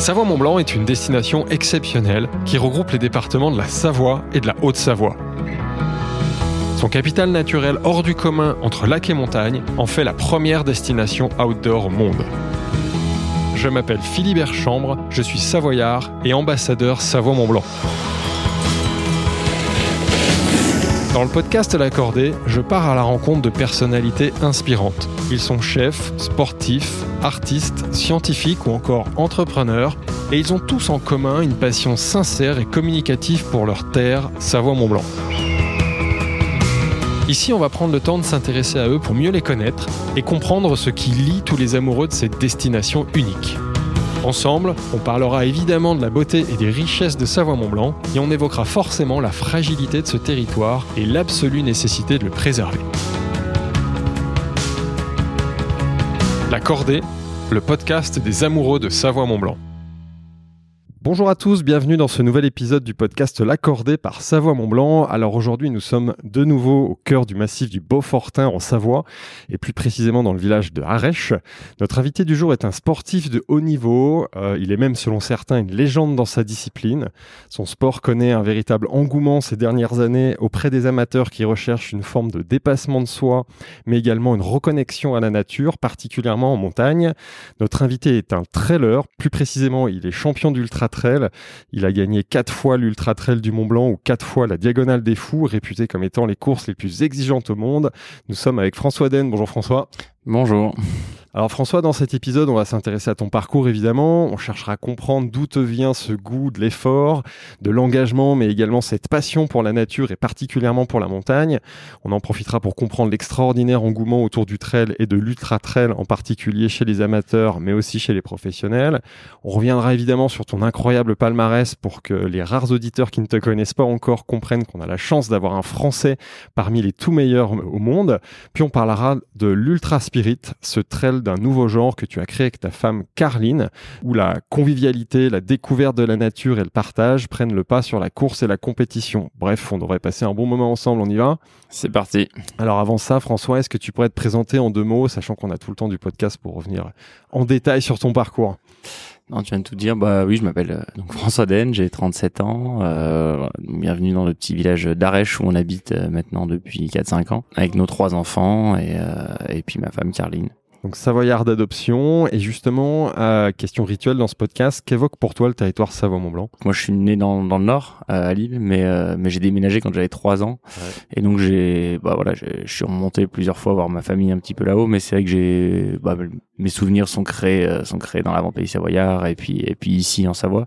Savoie-Mont-Blanc est une destination exceptionnelle qui regroupe les départements de la Savoie et de la Haute-Savoie. Son capital naturel hors du commun entre lac et montagne en fait la première destination outdoor au monde. Je m'appelle Philibert Chambre, je suis savoyard et ambassadeur Savoie-Mont-Blanc. Dans le podcast L'Accordé, je pars à la rencontre de personnalités inspirantes. Ils sont chefs, sportifs, artistes, scientifiques ou encore entrepreneurs, et ils ont tous en commun une passion sincère et communicative pour leur terre, Savoie-Mont-Blanc. Ici, on va prendre le temps de s'intéresser à eux pour mieux les connaître et comprendre ce qui lie tous les amoureux de cette destination unique. Ensemble, on parlera évidemment de la beauté et des richesses de Savoie-Mont-Blanc et on évoquera forcément la fragilité de ce territoire et l'absolue nécessité de le préserver. L'Accordé, le podcast des amoureux de Savoie-Mont-Blanc. Bonjour à tous, bienvenue dans ce nouvel épisode du podcast L'Accordé par Savoie-Mont-Blanc. Alors aujourd'hui, nous sommes de nouveau au cœur du massif du Beaufortain en Savoie et plus précisément dans le village de Harèche. Notre invité du jour est un sportif de haut niveau. Il est même, selon certains, une légende dans sa discipline. Son sport connaît un véritable engouement ces dernières années auprès des amateurs qui recherchent une forme de dépassement de soi, mais également une reconnexion à la nature, particulièrement en montagne. Notre invité est un trailer. Plus précisément, il est champion d'ultra trail. Il a gagné 4 fois l'Ultra Trail du Mont Blanc ou 4 fois la Diagonale des Fous, réputée comme étant les courses les plus exigeantes au monde. Nous sommes avec François Den. Bonjour François. Bonjour. Alors François, dans cet épisode, on va s'intéresser à ton parcours évidemment. On cherchera à comprendre d'où te vient ce goût de l'effort, de l'engagement, mais également cette passion pour la nature et particulièrement pour la montagne. On en profitera pour comprendre l'extraordinaire engouement autour du trail et de l'ultra trail, en particulier chez les amateurs, mais aussi chez les professionnels. On reviendra évidemment sur ton incroyable palmarès pour que les rares auditeurs qui ne te connaissent pas encore comprennent qu'on a la chance d'avoir un Français parmi les tout meilleurs au monde. Puis on parlera de l'Ultra Spirit, ce trail d'un nouveau genre que tu as créé avec ta femme Carline, où la convivialité, la découverte de la nature et le partage prennent le pas sur la course et la compétition. Bref, on devrait passer un bon moment ensemble, on y va ? C'est parti. Alors avant ça, François, est-ce que tu pourrais te présenter en 2 mots, sachant qu'on a tout le temps du podcast pour revenir en détail sur ton parcours ? Non, tu viens de tout dire. Bah oui, je m'appelle donc François Den, j'ai 37 ans. Bienvenue dans le petit village d'Harèche où on habite maintenant depuis 4-5 ans, avec nos 3 enfants et puis ma femme Carline. Donc savoyard d'adoption, et justement, question rituelle dans ce podcast, qu'évoque pour toi le territoire Savoie-Mont-Blanc ? Moi je suis né dans le nord, à Lille, mais j'ai déménagé quand j'avais 3 ans. Ouais. Et donc je suis remonté plusieurs fois voir ma famille un petit peu là-haut, mais c'est vrai que mes souvenirs sont créés dans l'avant-pays savoyard et puis ici en Savoie.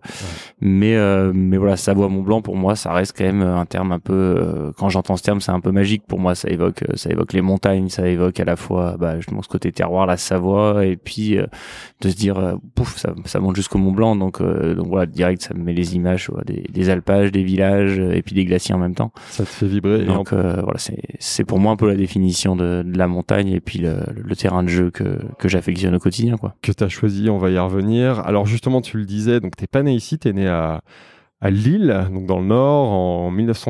Ouais. Mais voilà, Savoie-Mont-Blanc pour moi ça reste quand même un terme un peu, quand j'entends ce terme c'est un peu magique pour moi, ça évoque les montagnes, ça évoque à la fois justement ce côté terroir, la Savoie, et puis de se dire ça monte jusqu'au Mont Blanc, donc voilà, direct ça me met les images des alpages, des villages et puis des glaciers en même temps. Ça te fait vibrer. Donc voilà, c'est pour moi un peu la définition de la montagne et puis le terrain de jeu que j'affectionne au quotidien, quoi. Que t'as choisi, on va y revenir. Alors justement, tu le disais, donc t'es pas né ici, t'es né à Lille, donc dans le Nord, en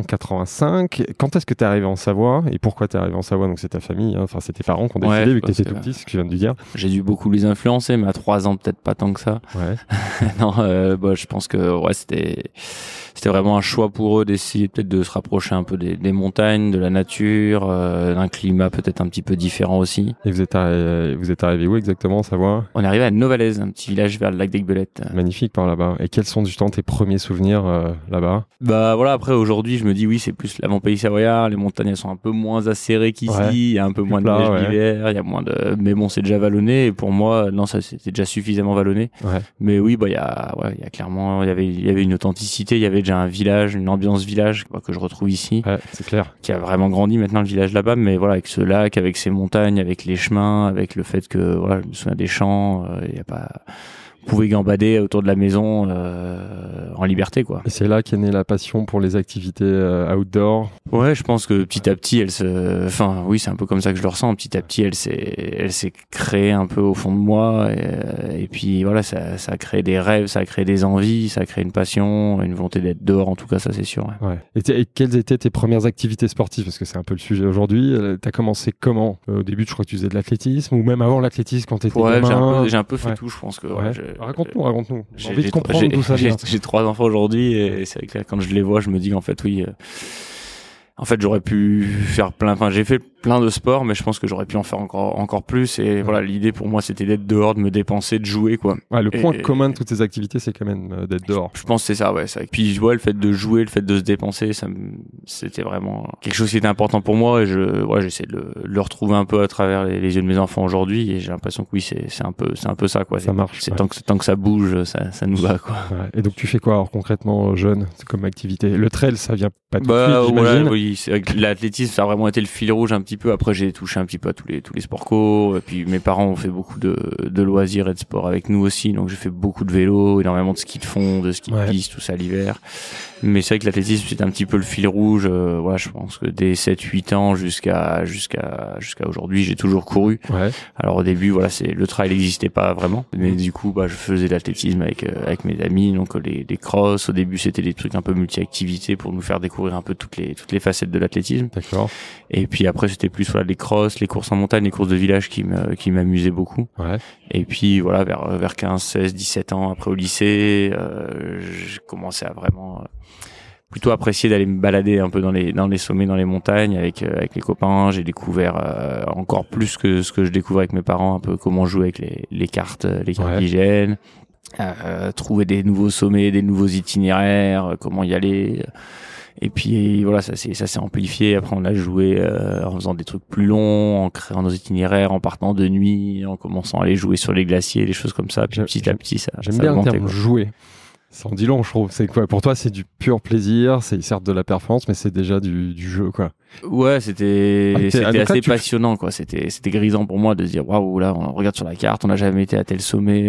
1985. Quand est-ce que t'es arrivé en Savoie et pourquoi t'es arrivé en Savoie ? Donc c'est ta famille, enfin c'est tes parents qui ont décidé, vu que t'étais tout petit, ce que tu viens de dire. J'ai dû beaucoup les influencer, mais à 3 ans peut-être pas tant que ça. Ouais. Non, je pense que c'était vraiment un choix pour eux d'essayer peut-être de se rapprocher un peu des montagnes, de la nature, d'un climat peut-être un petit peu différent aussi. Et vous êtes arrivé où exactement en Savoie ? On est arrivé à Novalaise, un petit village vers le lac d'Aiguebelette. Magnifique par là-bas. Et quels sont justement tes premiers souvenirs là-bas ? Voilà, après aujourd'hui je me dis oui, c'est plus l'avant-pays savoyard, les montagnes elles sont un peu moins acérées qu'ici, il y a un peu moins de neige l'hiver, il y a moins de, mais bon c'est déjà vallonné, et pour moi non, ça c'était déjà suffisamment vallonné. Ouais. Mais oui, il y a clairement, il y avait une authenticité, il y avait déjà un village, une ambiance village que je retrouve ici. Ouais, c'est clair. Qui a vraiment grandi maintenant le village là-bas, mais voilà, avec ce lac, avec ces montagnes, avec les chemins, avec le fait que voilà, je me souviens des champs, il y a pas, vous pouvez gambader autour de la maison en liberté, quoi. Et c'est là qu'est née la passion pour les activités outdoor. Ouais, je pense que petit à petit, oui, c'est un peu comme ça que je le ressens. Petit à petit, elle s'est créée un peu au fond de moi, et puis voilà, ça a créé des rêves, ça a créé des envies, ça a créé une passion, une volonté d'être dehors, en tout cas, ça c'est sûr. Ouais. Et quelles étaient tes premières activités sportives ? Parce que c'est un peu le sujet aujourd'hui. T'as commencé comment ? Au début, je crois que tu faisais de l'athlétisme, ou même avant l'athlétisme quand t'étais gamin. J'ai un peu fait tout, je pense que Raconte-nous. J'ai envie de comprendre d'où ça vient. J'ai 3 enfants aujourd'hui et c'est vrai que là, quand je les vois, je me dis qu'en fait, oui, en fait, j'aurais pu faire j'ai fait plein de sports, mais je pense que j'aurais pu en faire encore plus. Et voilà, l'idée pour moi, c'était d'être dehors, de me dépenser, de jouer, quoi. Ouais, le point commun de toutes ces activités, c'est quand même d'être dehors. Je pense que c'est ça, ouais. Puis, le fait de jouer, le fait de se dépenser, c'était vraiment quelque chose qui était important pour moi. Et j'essaie de le retrouver un peu à travers les yeux de mes enfants aujourd'hui. Et j'ai l'impression que oui, c'est un peu ça, quoi. Ça marche. Tant que ça bouge, ça nous va, quoi. Ouais. Et donc, tu fais quoi, alors, concrètement, jeune, comme activité? Le trail, ça vient pas tout de suite, j'imagine. Voilà, oui, c'est vrai que l'athlétisme, ça a vraiment été le fil rouge un petit peu. Après, j'ai touché un petit peu à tous les sports co. Et puis, mes parents ont fait beaucoup de loisirs et de sport avec nous aussi. Donc, j'ai fait beaucoup de vélo, énormément de ski de fond, de ski de piste, tout ça l'hiver. Mais c'est vrai que l'athlétisme, c'était un petit peu le fil rouge. Voilà, je pense que dès 7-8 ans jusqu'à aujourd'hui, j'ai toujours couru. Ouais. Alors, au début, voilà, le trail n'existait pas vraiment. Mais du coup, je faisais de l'athlétisme avec mes amis. Donc, les crosses. Au début, c'était des trucs un peu multi-activités pour nous faire découvrir un peu toutes les facettes de l'athlétisme. D'accord. Et puis après, c'était plus les crosses, les courses en montagne, les courses de village qui m'amusaient beaucoup. Ouais. Et puis voilà, vers 15, 16, 17 ans, après au lycée, j'ai commencé à vraiment plutôt apprécier d'aller me balader un peu dans les sommets, dans les montagnes avec les copains. J'ai découvert encore plus que ce que je découvrais avec mes parents, un peu comment jouer avec les cartes d'hygiène, trouver des nouveaux sommets, des nouveaux itinéraires, comment y aller. Et puis voilà, ça s'est amplifié. Après, on a joué en faisant des trucs plus longs, en créant nos itinéraires, en partant de nuit, en commençant à aller jouer sur les glaciers, des choses comme ça. Puis petit à petit, ça. J'aime bien le terme jouer. Ça en dit long, je trouve. C'est quoi pour toi? C'est du pur plaisir. C'est certes de la performance, mais c'est déjà du jeu, quoi. Ouais, c'était assez passionnant, quoi. C'était grisant pour moi de se dire waouh, là, on regarde sur la carte, on n'a jamais été à tel sommet.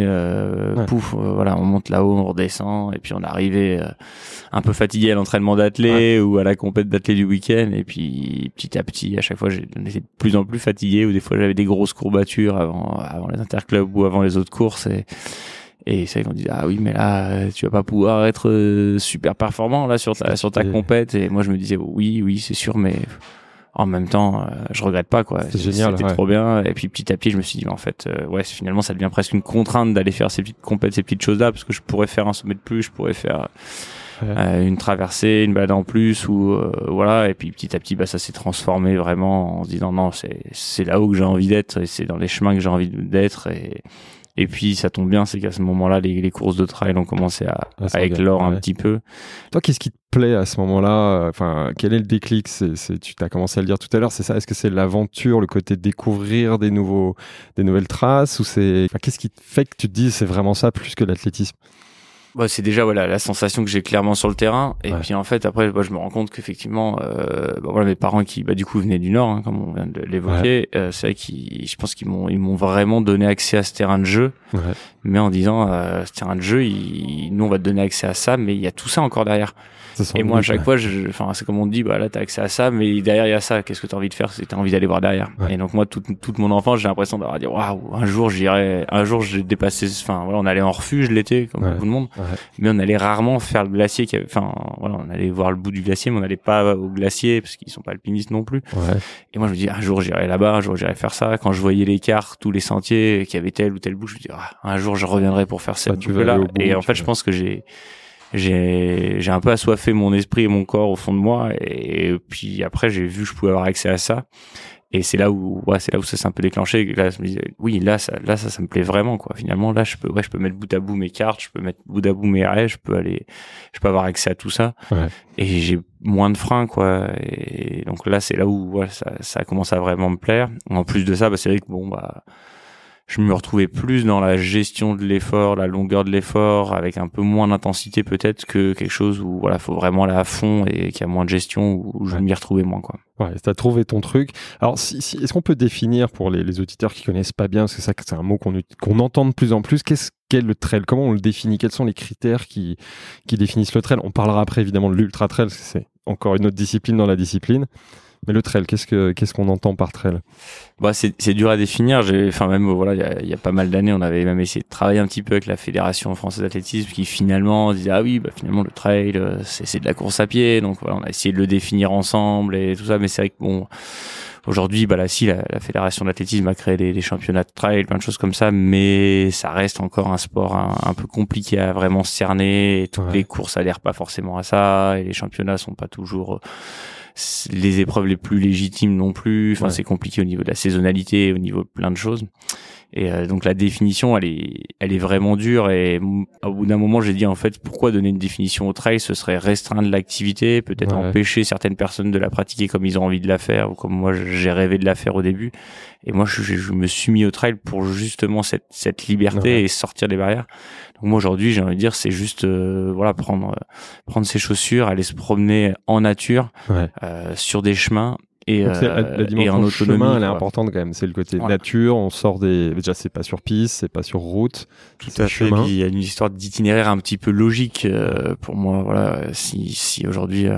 Voilà, on monte là-haut, on redescend, et puis on arrivait un peu fatigué à l'entraînement d'athlé ou à la compète d'athlé du week-end. Et puis petit à petit, à chaque fois, on était de plus en plus fatigué. Ou des fois, j'avais des grosses courbatures avant les interclubs ou avant les autres courses. Et c'est qu'on disait ah oui, mais là tu vas pas pouvoir être super performant là sur ta compète. Et moi je me disais oui c'est sûr, mais en même temps je regrette pas, quoi. C'est génial, c'était trop bien. Et puis petit à petit je me suis dit mais en fait finalement ça devient presque une contrainte d'aller faire ces petites compètes, ces petites choses là, parce que je pourrais faire un sommet de plus, je pourrais faire une traversée, une balade en plus, ou voilà. Et puis petit à petit ça s'est transformé vraiment en se disant non, c'est là-haut que j'ai envie d'être, et c'est dans les chemins que j'ai envie d'être. Et puis ça tombe bien, c'est qu'à ce moment-là, les courses de trail ont commencé à éclore un petit peu. Toi, qu'est-ce qui te plaît à ce moment-là? Enfin, quel est le déclic? Tu t'as commencé à le dire tout à l'heure, c'est ça? Est-ce que c'est l'aventure, le côté de découvrir des nouvelles traces, ou qu'est-ce qui te fait que tu te dis c'est vraiment ça plus que l'athlétisme? C'est déjà la sensation que j'ai clairement sur le terrain. Et puis en fait après je me rends compte qu'effectivement mes parents qui du coup venaient du Nord, comme on vient de l'évoquer, c'est vrai je pense qu'ils m'ont vraiment donné accès à ce terrain de jeu, mais en disant ce terrain de jeu, nous on va te donner accès à ça, mais il y a tout ça encore derrière. Et moi à chaque fois c'est comme on dit, là t'as accès à ça, mais derrière il y a ça, qu'est-ce que t'as envie de faire? C'est t'as envie d'aller voir derrière. Et donc moi toute mon enfance j'ai l'impression d'avoir dit waouh, un jour j'ai dépassé, on allait en refuge l'été comme beaucoup de monde, mais on allait rarement faire le glacier, on allait voir le bout du glacier, mais on n'allait pas au glacier parce qu'ils sont pas alpinistes non plus. Et moi je me dis un jour j'irai là-bas, un jour j'irai faire ça. Quand je voyais les cartes, tous les sentiers qui avaient tel ou tel bout, je me dis un jour je reviendrai pour faire cette boucle-là. Et en fait je pense que j'ai un peu assoiffé mon esprit et mon corps au fond de moi, et puis après j'ai vu que je pouvais avoir accès à ça, et c'est là où ça s'est un peu déclenché. Là je me disais oui, là ça me plaît vraiment, quoi. Finalement là je peux mettre bout à bout mes cartes, je peux mettre bout à bout mes rêves, je peux avoir accès à tout ça, et j'ai moins de freins, quoi. Et donc là c'est là où ça a commencé à vraiment me plaire. En plus de ça c'est vrai que je me retrouvais plus dans la gestion de l'effort, la longueur de l'effort, avec un peu moins d'intensité peut-être, que quelque chose où faut vraiment aller à fond et qu'il y a moins de gestion, où je m'y retrouvais moins, quoi. Ouais, t'as trouvé ton truc. Alors, est-ce qu'on peut définir pour les auditeurs qui connaissent pas bien, parce que ça, c'est un mot qu'on entend de plus en plus, qu'est-ce qu'est le trail? Comment on le définit? Quels sont les critères qui définissent le trail? On parlera après évidemment de l'ultra trail, parce que c'est encore une autre discipline dans la discipline. Mais le trail, qu'est-ce qu'on entend par trail? C'est dur à définir. Il y a pas mal d'années, on avait même essayé de travailler un petit peu avec la Fédération française d'athlétisme, qui finalement disait finalement le trail c'est de la course à pied. Donc on a essayé de le définir ensemble et tout ça, mais c'est vrai que Aujourd'hui, la fédération d'athlétisme a créé des championnats de trail, plein de choses comme ça, mais ça reste encore un sport un peu compliqué à vraiment cerner. Et toutes les courses adhèrent pas forcément à ça, et les championnats sont pas toujours les épreuves les plus légitimes non plus. Enfin, c'est compliqué au niveau de la saisonnalité, au niveau de plein de choses. Et donc la définition, elle est vraiment dure. Et au bout d'un moment, j'ai dit en fait, pourquoi donner une définition au trail? Ce serait restreindre l'activité, peut-être empêcher certaines personnes de la pratiquer comme ils ont envie de la faire ou comme moi j'ai rêvé de la faire au début. Et moi, je me suis mis au trail pour justement cette liberté et sortir des barrières. Donc moi aujourd'hui, j'ai envie de dire, c'est juste prendre ses chaussures, aller se promener en nature, sur des chemins. Et la dimension en chemin, elle est importante quand même. C'est le côté nature. On sort déjà, c'est pas sur piste, c'est pas sur route. Tout à fait. Puis il y a une histoire d'itinéraire un petit peu logique pour moi. Voilà, si aujourd'hui,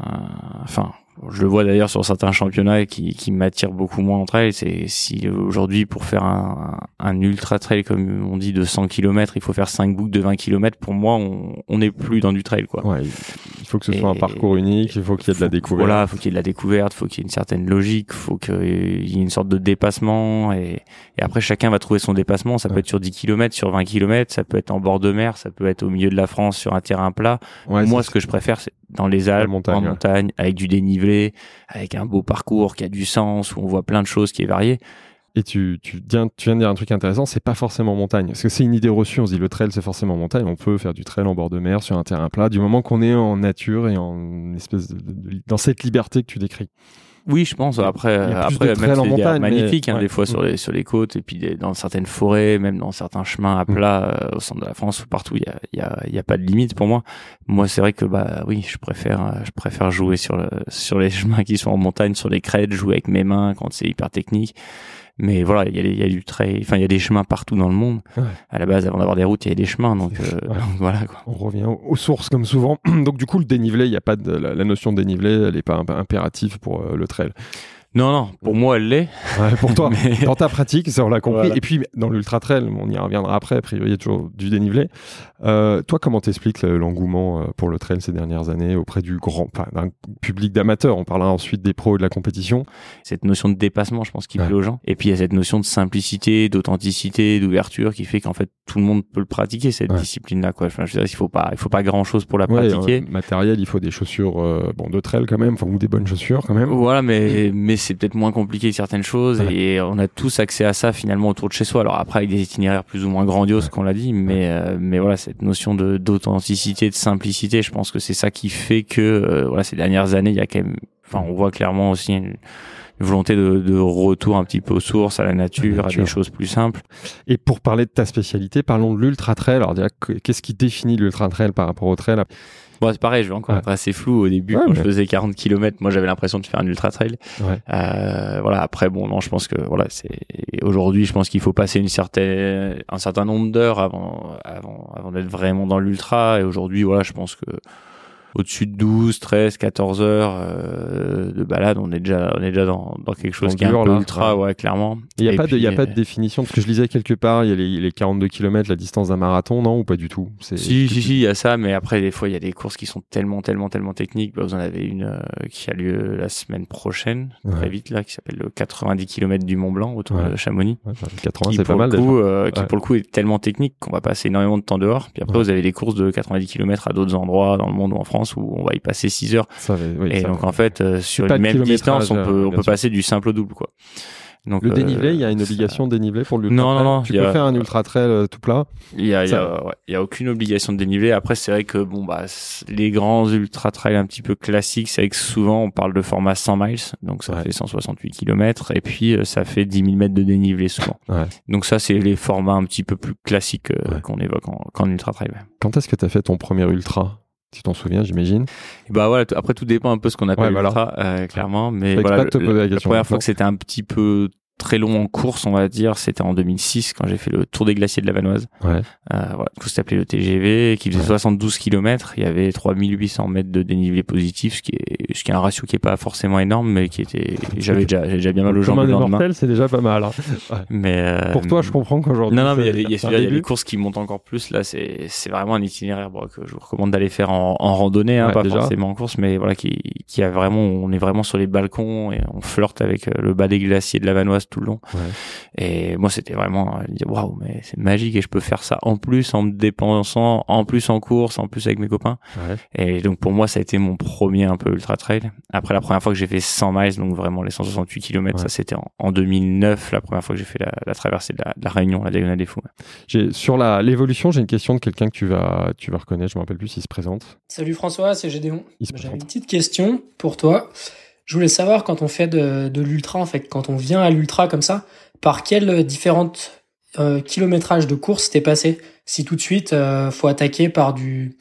je le vois d'ailleurs sur certains championnats qui m'attirent beaucoup moins en trail. C'est si aujourd'hui pour faire un ultra trail comme on dit de 100 km, il faut faire 5 boucles de 20 km. Pour moi, on n'est plus dans du trail quoi. Ouais, il faut que ce soit un parcours unique. Il faut qu'il y ait de la découverte. Voilà, faut qu'il y ait de la découverte, faut qu'il y ait une certaine logique, faut qu'il y ait une sorte de dépassement et après chacun va trouver son dépassement. Ça peut être sur 10 km, sur 20 km, ça peut être en bord de mer, ça peut être au milieu de la France sur un terrain plat. Moi, ce que je préfère, c'est dans les Alpes, en montagne, avec du dénivelé, avec un beau parcours qui a du sens, où on voit plein de choses qui est varié. Et tu viens de dire un truc intéressant, c'est pas forcément montagne. Parce que c'est une idée reçue, on se dit le trail c'est forcément montagne, on peut faire du trail en bord de mer, sur un terrain plat, du moment qu'on est en nature et en espèce dans cette liberté que tu décris. Oui, je pense. Après, même c'est magnifique, des fois sur les côtes et puis dans certaines forêts, même dans certains chemins à plat au centre de la France, partout il y a pas de limite pour moi. Moi, c'est vrai que je préfère jouer sur les chemins qui sont en montagne, sur les crêtes, jouer avec mes mains quand c'est hyper technique. Mais voilà, il y a du trail, il y a des chemins partout dans le monde. À la base, avant d'avoir des routes, il y a des chemins, donc voilà quoi. On revient aux sources comme souvent. Donc du coup, le dénivelé, il y a pas la notion de dénivelé, elle est pas impérative pour le trail. Non, pour moi, elle l'est. Pour toi, dans ta pratique, ça on l'a compris. Voilà. Et puis, dans l'ultra trail, on y reviendra après, a priori, il y a toujours du dénivelé. Toi, comment t'expliques l'engouement pour le trail ces dernières années auprès d'un public d'amateurs? On parlera ensuite des pros et de la compétition. Cette notion de dépassement, je pense, qui plaît aux gens. Et puis, il y a cette notion de simplicité, d'authenticité, d'ouverture qui fait qu'en fait, tout le monde peut le pratiquer, cette discipline-là, quoi. Enfin, je veux dire, il faut pas grand-chose pour la pratiquer. Matériel, il faut des chaussures de trail quand même, ou des bonnes chaussures quand même. Voilà, mais c'est peut-être moins compliqué que certaines choses et on a tous accès à ça finalement autour de chez soi. Alors après avec des itinéraires plus ou moins grandioses qu'on l'a dit, mais voilà, cette notion d'authenticité, de simplicité, je pense que c'est ça qui fait que ces dernières années, il y a quand même, on voit clairement aussi une volonté de retour un petit peu aux sources, à la nature, à des choses plus simples. Et pour parler de ta spécialité, parlons de l'ultra trail. Alors déjà, qu'est-ce qui définit l'ultra trail par rapport au trail? Bon, c'est pareil, je vais encore être assez flou au début. Quand je faisais 40 km, moi j'avais l'impression de faire un ultra trail. Après je pense que aujourd'hui, je pense qu'il faut passer un certain nombre d'heures avant d'être vraiment dans l'ultra. Et aujourd'hui, je pense que au-dessus de 12, 13, 14 heures de balade, on est déjà dans quelque chose qui est un peu ultra, clairement. Il n'y a pas de définition, parce que je lisais quelque part, il y a les 42 km, la distance d'un marathon, non, ou pas du tout? Si, il y a ça, mais après, des fois, il y a des courses qui sont tellement techniques. Vous en avez une qui a lieu la semaine prochaine, très vite, là, qui s'appelle le 90 km du Mont Blanc, autour de Chamonix. 80, c'est pas mal. Qui, pour le coup, est tellement technique qu'on va passer énormément de temps dehors. Puis après, vous avez des courses de 90 km à d'autres endroits dans le monde ou en France, où on va y passer 6 heures. En fait, sur une même distance, on peut passer du simple au double, quoi. Donc, le dénivelé, il y a une obligation de dénivelé pour le ultra trail? Non. Tu peux faire un ultra trail tout plat? Il y a aucune obligation de dénivelé. Après, c'est vrai que les grands ultra trails un petit peu classiques, c'est vrai que souvent on parle de format 100 miles, donc ça fait 168 km, et puis ça fait 10 000 mètres de dénivelé souvent. Donc ça, c'est les formats un petit peu plus classiques qu'on évoque en ultra trail. Quand est-ce que tu as fait ton premier ultra? Tu t'en souviens, j'imagine. Après tout dépend un peu ce qu'on appelle l'ultra, clairement. Mais la première fois que c'était un petit peu très long en course, on va dire, c'était en 2006 quand j'ai fait le Tour des Glaciers de la Vanoise. Ouais. Voilà, du coup, c'était appelé le TGV, qui faisait 72 km. Il y avait 3800 mètres de dénivelé positif, ce qui est un ratio qui est pas forcément énorme, mais qui était, j'avais déjà bien mal aux jambes le lendemain. Mortel, c'est déjà pas mal. Hein. Ouais. Mais pour toi, je comprends qu'aujourd'hui. Non, mais il y a des courses qui montent encore plus. Là, c'est vraiment un itinéraire que je vous recommande d'aller faire en randonnée, pas déjà. Forcément en course, mais voilà, qui a vraiment, on est vraiment sur les balcons et on flirte avec le bas des glaciers de la Vanoise tout le long. Ouais. Et moi, c'était vraiment dire waouh, mais c'est magique et je peux faire ça en plus en me dépensant, en plus en course, en plus avec mes copains. Ouais. Et donc pour moi, ça a été mon premier un peu ultra trail. Après, la première fois que j'ai fait 100 miles, donc vraiment les 168 km, ça c'était en 2009, la première fois que j'ai fait la traversée de la Réunion, la Diagonale des Fous. Sur l'évolution, j'ai une question de quelqu'un que tu vas reconnaître. Je me rappelle plus s'il se présente. Salut François, c'est Gédéon. J'avais une petite question pour toi. Je voulais savoir, quand on fait de l'ultra, en fait, quand on vient à l'ultra comme ça, par quelles différentes kilométrages de course t'es passé? Si tout de suite, faut attaquer par du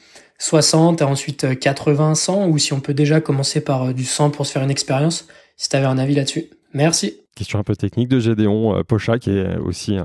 60 et ensuite 80, 100, ou si on peut déjà commencer par du 100 pour se faire une expérience, si t'avais un avis là-dessus. Merci. Question un peu technique de Gédéon Pocha, qui est aussi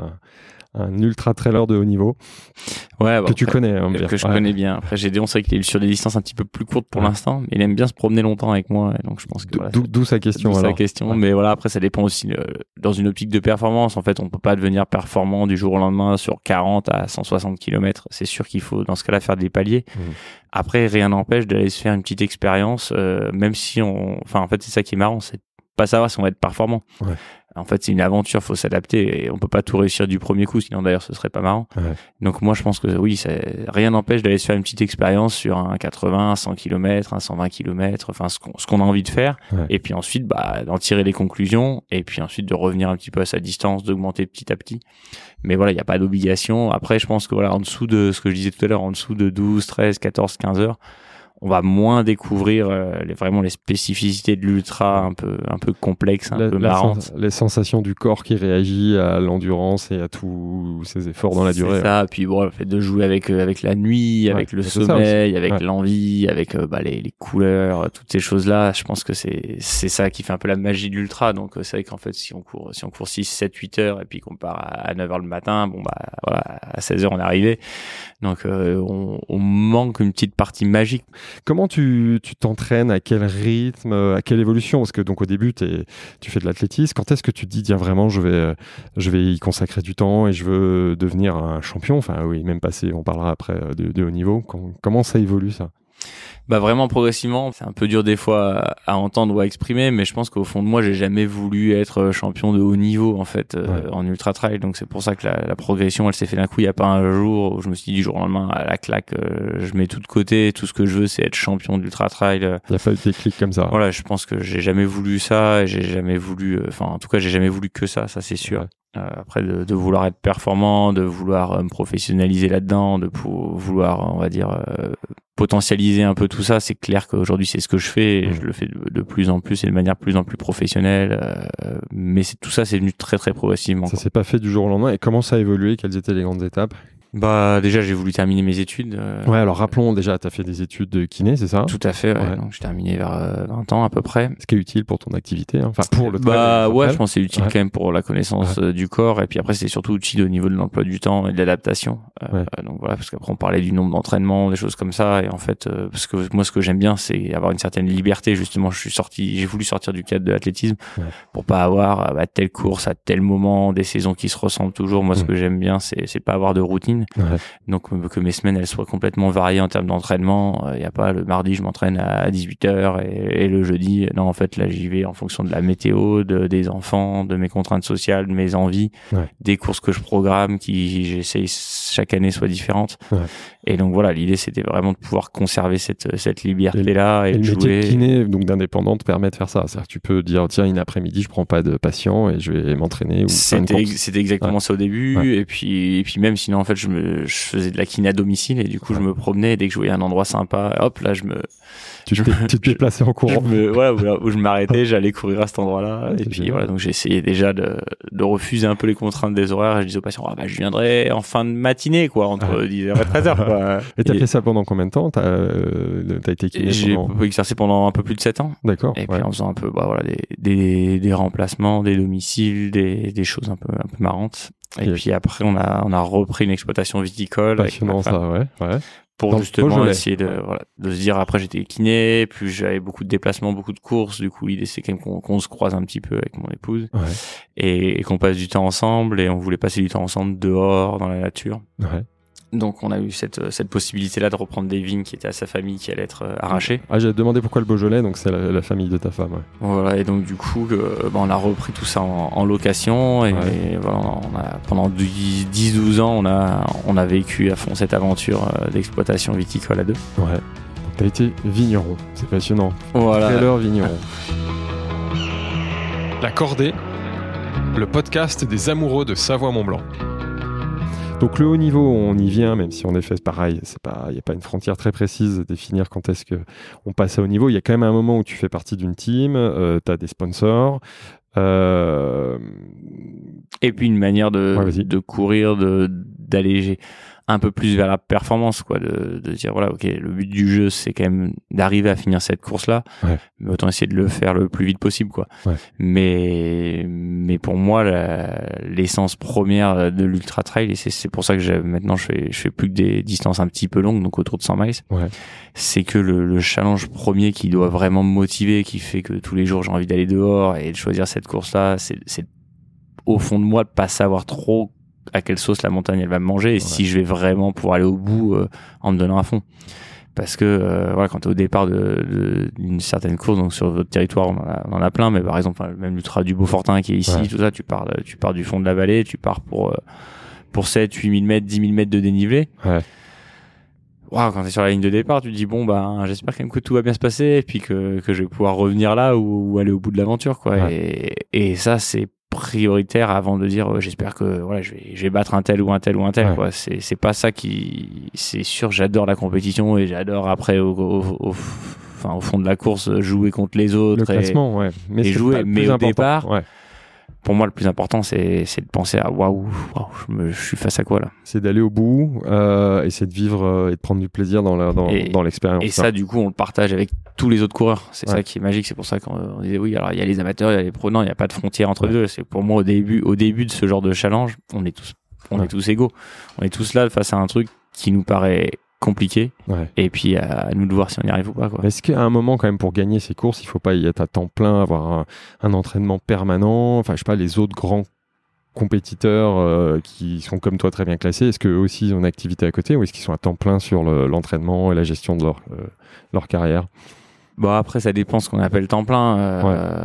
un ultra trailer de haut niveau. Ouais, que tu connais. Que je connais bien. Après, Gédéon, c'est vrai qu'il est sur des distances un petit peu plus courtes pour l'instant, mais il aime bien se promener longtemps avec moi. Donc, je pense que d'où sa question. Sa question. Ouais. Mais voilà, après, ça dépend aussi dans une optique de performance. En fait, on peut pas devenir performant du jour au lendemain sur 40 à 160 km. C'est sûr qu'il faut, dans ce cas-là, faire des paliers. Après, rien n'empêche d'aller se faire une petite expérience, même si en fait, c'est ça qui est marrant, c'est pas savoir si on va être performant. Ouais. En fait, c'est une aventure, faut s'adapter et on peut pas tout réussir du premier coup, sinon d'ailleurs ce serait pas marrant. Ouais. Donc moi je pense que oui, rien n'empêche d'aller se faire une petite expérience sur un 80, un 100 km, un 120 km, enfin ce qu'on a envie de faire. Ouais. Et puis ensuite d'en tirer les conclusions et puis ensuite de revenir un petit peu à sa distance, d'augmenter petit à petit. Mais voilà, il n'y a pas d'obligation. Après, je pense que voilà, en dessous de ce que je disais tout à l'heure, en dessous de 12, 13, 14, 15 heures, on va moins découvrir vraiment les spécificités de l'ultra un peu complexes, un peu marrantes. Les sensations du corps qui réagit à l'endurance et à tous ces efforts dans la durée. C'est ça, puis bon, le fait de jouer avec la nuit, avec le sommeil, avec l'envie, avec les couleurs, toutes ces choses-là, je pense que c'est ça qui fait un peu la magie de l'ultra. Donc c'est vrai qu'en fait, si on court 6, 7, 8 heures et puis qu'on part à 9 heures le matin, voilà, à 16 heures on est arrivé. Donc on manque une petite partie magique. Comment tu t'entraînes, à quel rythme, à quelle évolution? Parce que donc au début tu fais de l'athlétisme. Quand est-ce que tu te dis tiens vraiment je vais y consacrer du temps et je veux devenir un champion? Enfin oui, même passer, on parlera après de haut niveau. Comment ça évolue ça? Vraiment progressivement, c'est un peu dur des fois à entendre ou à exprimer, mais je pense qu'au fond de moi, j'ai jamais voulu être champion de haut niveau en fait en ultra trail. Donc c'est pour ça que la progression, elle s'est fait d'un coup. Il y a pas un jour où je me suis dit du jour au lendemain à la claque, je mets tout de côté. Tout ce que je veux, c'est être champion d'ultra trail. Il y a pas eu de déclic comme ça. Voilà, je pense que j'ai jamais voulu ça. Et j'ai jamais voulu, en tout cas, j'ai jamais voulu que ça c'est sûr. Ouais. Après de vouloir être performant, de vouloir me professionnaliser là-dedans, de vouloir, on va dire, potentialiser un peu tout ça, c'est clair qu'aujourd'hui c'est ce que je fais et je le fais de plus en plus et de manière de plus en plus professionnelle, mais tout ça c'est venu très très progressivement. Ça s'est pas fait du jour au lendemain. Et comment ça a évolué? Quelles étaient les grandes étapes? Déjà j'ai voulu terminer mes études. Ouais, alors rappelons déjà, tu as fait des études de kiné, c'est ça? Tout à fait, ouais. Donc j'ai terminé vers 20 ans à peu près. Ce qui est utile pour ton activité, hein. Enfin pour le travail. Ouais, je pense que c'est utile quand même pour la connaissance du corps et puis après c'est surtout utile au niveau de l'emploi du temps et de l'adaptation. Donc voilà, parce qu'après on parlait du nombre d'entraînements, des choses comme ça et en fait parce que moi ce que j'aime bien c'est avoir une certaine liberté. Justement, j'ai voulu sortir du cadre de l'athlétisme pour pas avoir telle course à tel moment, des saisons qui se ressemblent toujours. Moi ce que j'aime bien c'est pas avoir de routine. Donc que mes semaines elles soient complètement variées en termes d'entraînement. Il y a pas le mardi je m'entraîne à 18h et le jeudi non, en fait là j'y vais en fonction de la météo, des enfants, de mes contraintes sociales, de mes envies, des courses que je programme qui j'essaye chaque année soient différentes. Et donc voilà, l'idée c'était vraiment de pouvoir conserver cette liberté là et de jouer. Le métier de kiné donc d'indépendant te permet de faire ça. C'est-à-dire que tu peux dire tiens une après-midi je prends pas de patient et je vais m'entraîner ou c'était exactement ça au début et puis même sinon en fait je je faisais de la kiné à domicile et du coup je me promenais et dès que je voyais un endroit sympa, hop là tu te déplaçais en courant. Où je m'arrêtais, j'allais courir à cet endroit-là. Et puis génial. Voilà, donc j'ai essayé déjà de refuser un peu les contraintes des horaires. Et je disais aux patients, je viendrai en fin de matinée, quoi, entre 10h et 13h, quoi. Et t'as fait ça pendant combien de temps? T'as été kiné J'ai exercé pendant un peu plus de 7 ans. D'accord. Et puis en faisant un peu, des remplacements, des domiciles, des choses un peu marrantes. Et puis après, on a repris une exploitation viticole. Passionnant, ça, ouais. Pour justement essayer de se dire, après j'étais kiné, puis j'avais beaucoup de déplacements, beaucoup de courses, du coup l'idée c'est quand même qu'on se croise un petit peu avec mon épouse et qu'on passe du temps ensemble, et on voulait passer du temps ensemble dehors dans la nature. Donc on a eu cette possibilité-là de reprendre des vignes qui étaient à sa famille, qui allaient être arrachées. J'ai demandé pourquoi le Beaujolais, donc c'est la famille de ta femme. Voilà, et donc du coup, on a repris tout ça en location, et voilà, pendant 10-12 ans, on a vécu à fond cette aventure d'exploitation viticole à deux. Ouais, donc t'as été vigneron, c'est passionnant. Voilà. Quelle heure vigneron. La Cordée, le podcast des amoureux de Savoie-Mont-Blanc. Donc le haut niveau, on y vient, même si en effet c'est pareil, il n'y a pas une frontière très précise de définir quand est-ce qu'on passe à haut niveau. Il y a quand même un moment où tu fais partie d'une team, tu as des sponsors. Et puis une manière de courir, d'alléger un peu plus vers la performance, quoi, de dire voilà, ok, le but du jeu c'est quand même d'arriver à finir cette course là, mais autant essayer de le faire le plus vite possible, quoi. Mais pour moi l'essence première de l'ultra trail, et c'est pour ça que maintenant je fais plus que des distances un petit peu longues, donc autour de 100 miles, c'est que le challenge premier qui doit vraiment me motiver, qui fait que tous les jours j'ai envie d'aller dehors et de choisir cette course là, c'est au fond de moi de pas savoir trop à quelle sauce la montagne elle va me manger, et si je vais vraiment pouvoir aller au bout en me donnant à fond. Parce que quand tu es au départ d'une certaine course, donc sur votre territoire on en a plein, mais par exemple même l'ultra du Beaufortin qui est ici, tout ça, tu pars du fond de la vallée, tu pars pour 7, 8 000 mètres, 10 000 mètres de dénivelé. Quand t'es sur la ligne de départ, tu te dis j'espère quand même que tout va bien se passer, et puis que je vais pouvoir revenir là ou aller au bout de l'aventure, quoi. Et ça c'est prioritaire avant de dire j'espère que je vais battre un tel ou un tel, quoi. C'est pas ça c'est sûr. J'adore la compétition et j'adore après au fond de la course jouer contre les autres, le classement, mais et jouer, mais au départ pour moi le plus important c'est de penser à je suis face à quoi là. C'est d'aller au bout, et c'est de vivre et de prendre du plaisir dans l'expérience. Et ça du coup on le partage avec tous les autres coureurs. C'est ça qui est magique. C'est pour ça qu'on disait alors il y a les amateurs, il y a les pros, non, il n'y a pas de frontière entre deux. C'est pour moi au début de ce genre de challenge, on est tous égaux. On est tous là face à un truc qui nous paraît compliqué, et puis à nous de voir si on y arrive ou pas, quoi. Est-ce qu'à un moment quand même pour gagner ces courses il faut pas y être à temps plein, avoir un entraînement permanent, je sais pas, les autres grands compétiteurs qui sont comme toi très bien classés, est-ce qu'eux aussi ils ont une activité à côté, ou est-ce qu'ils sont à temps plein sur l'entraînement et la gestion de leur carrière? Après ça dépend ce qu'on appelle temps plein.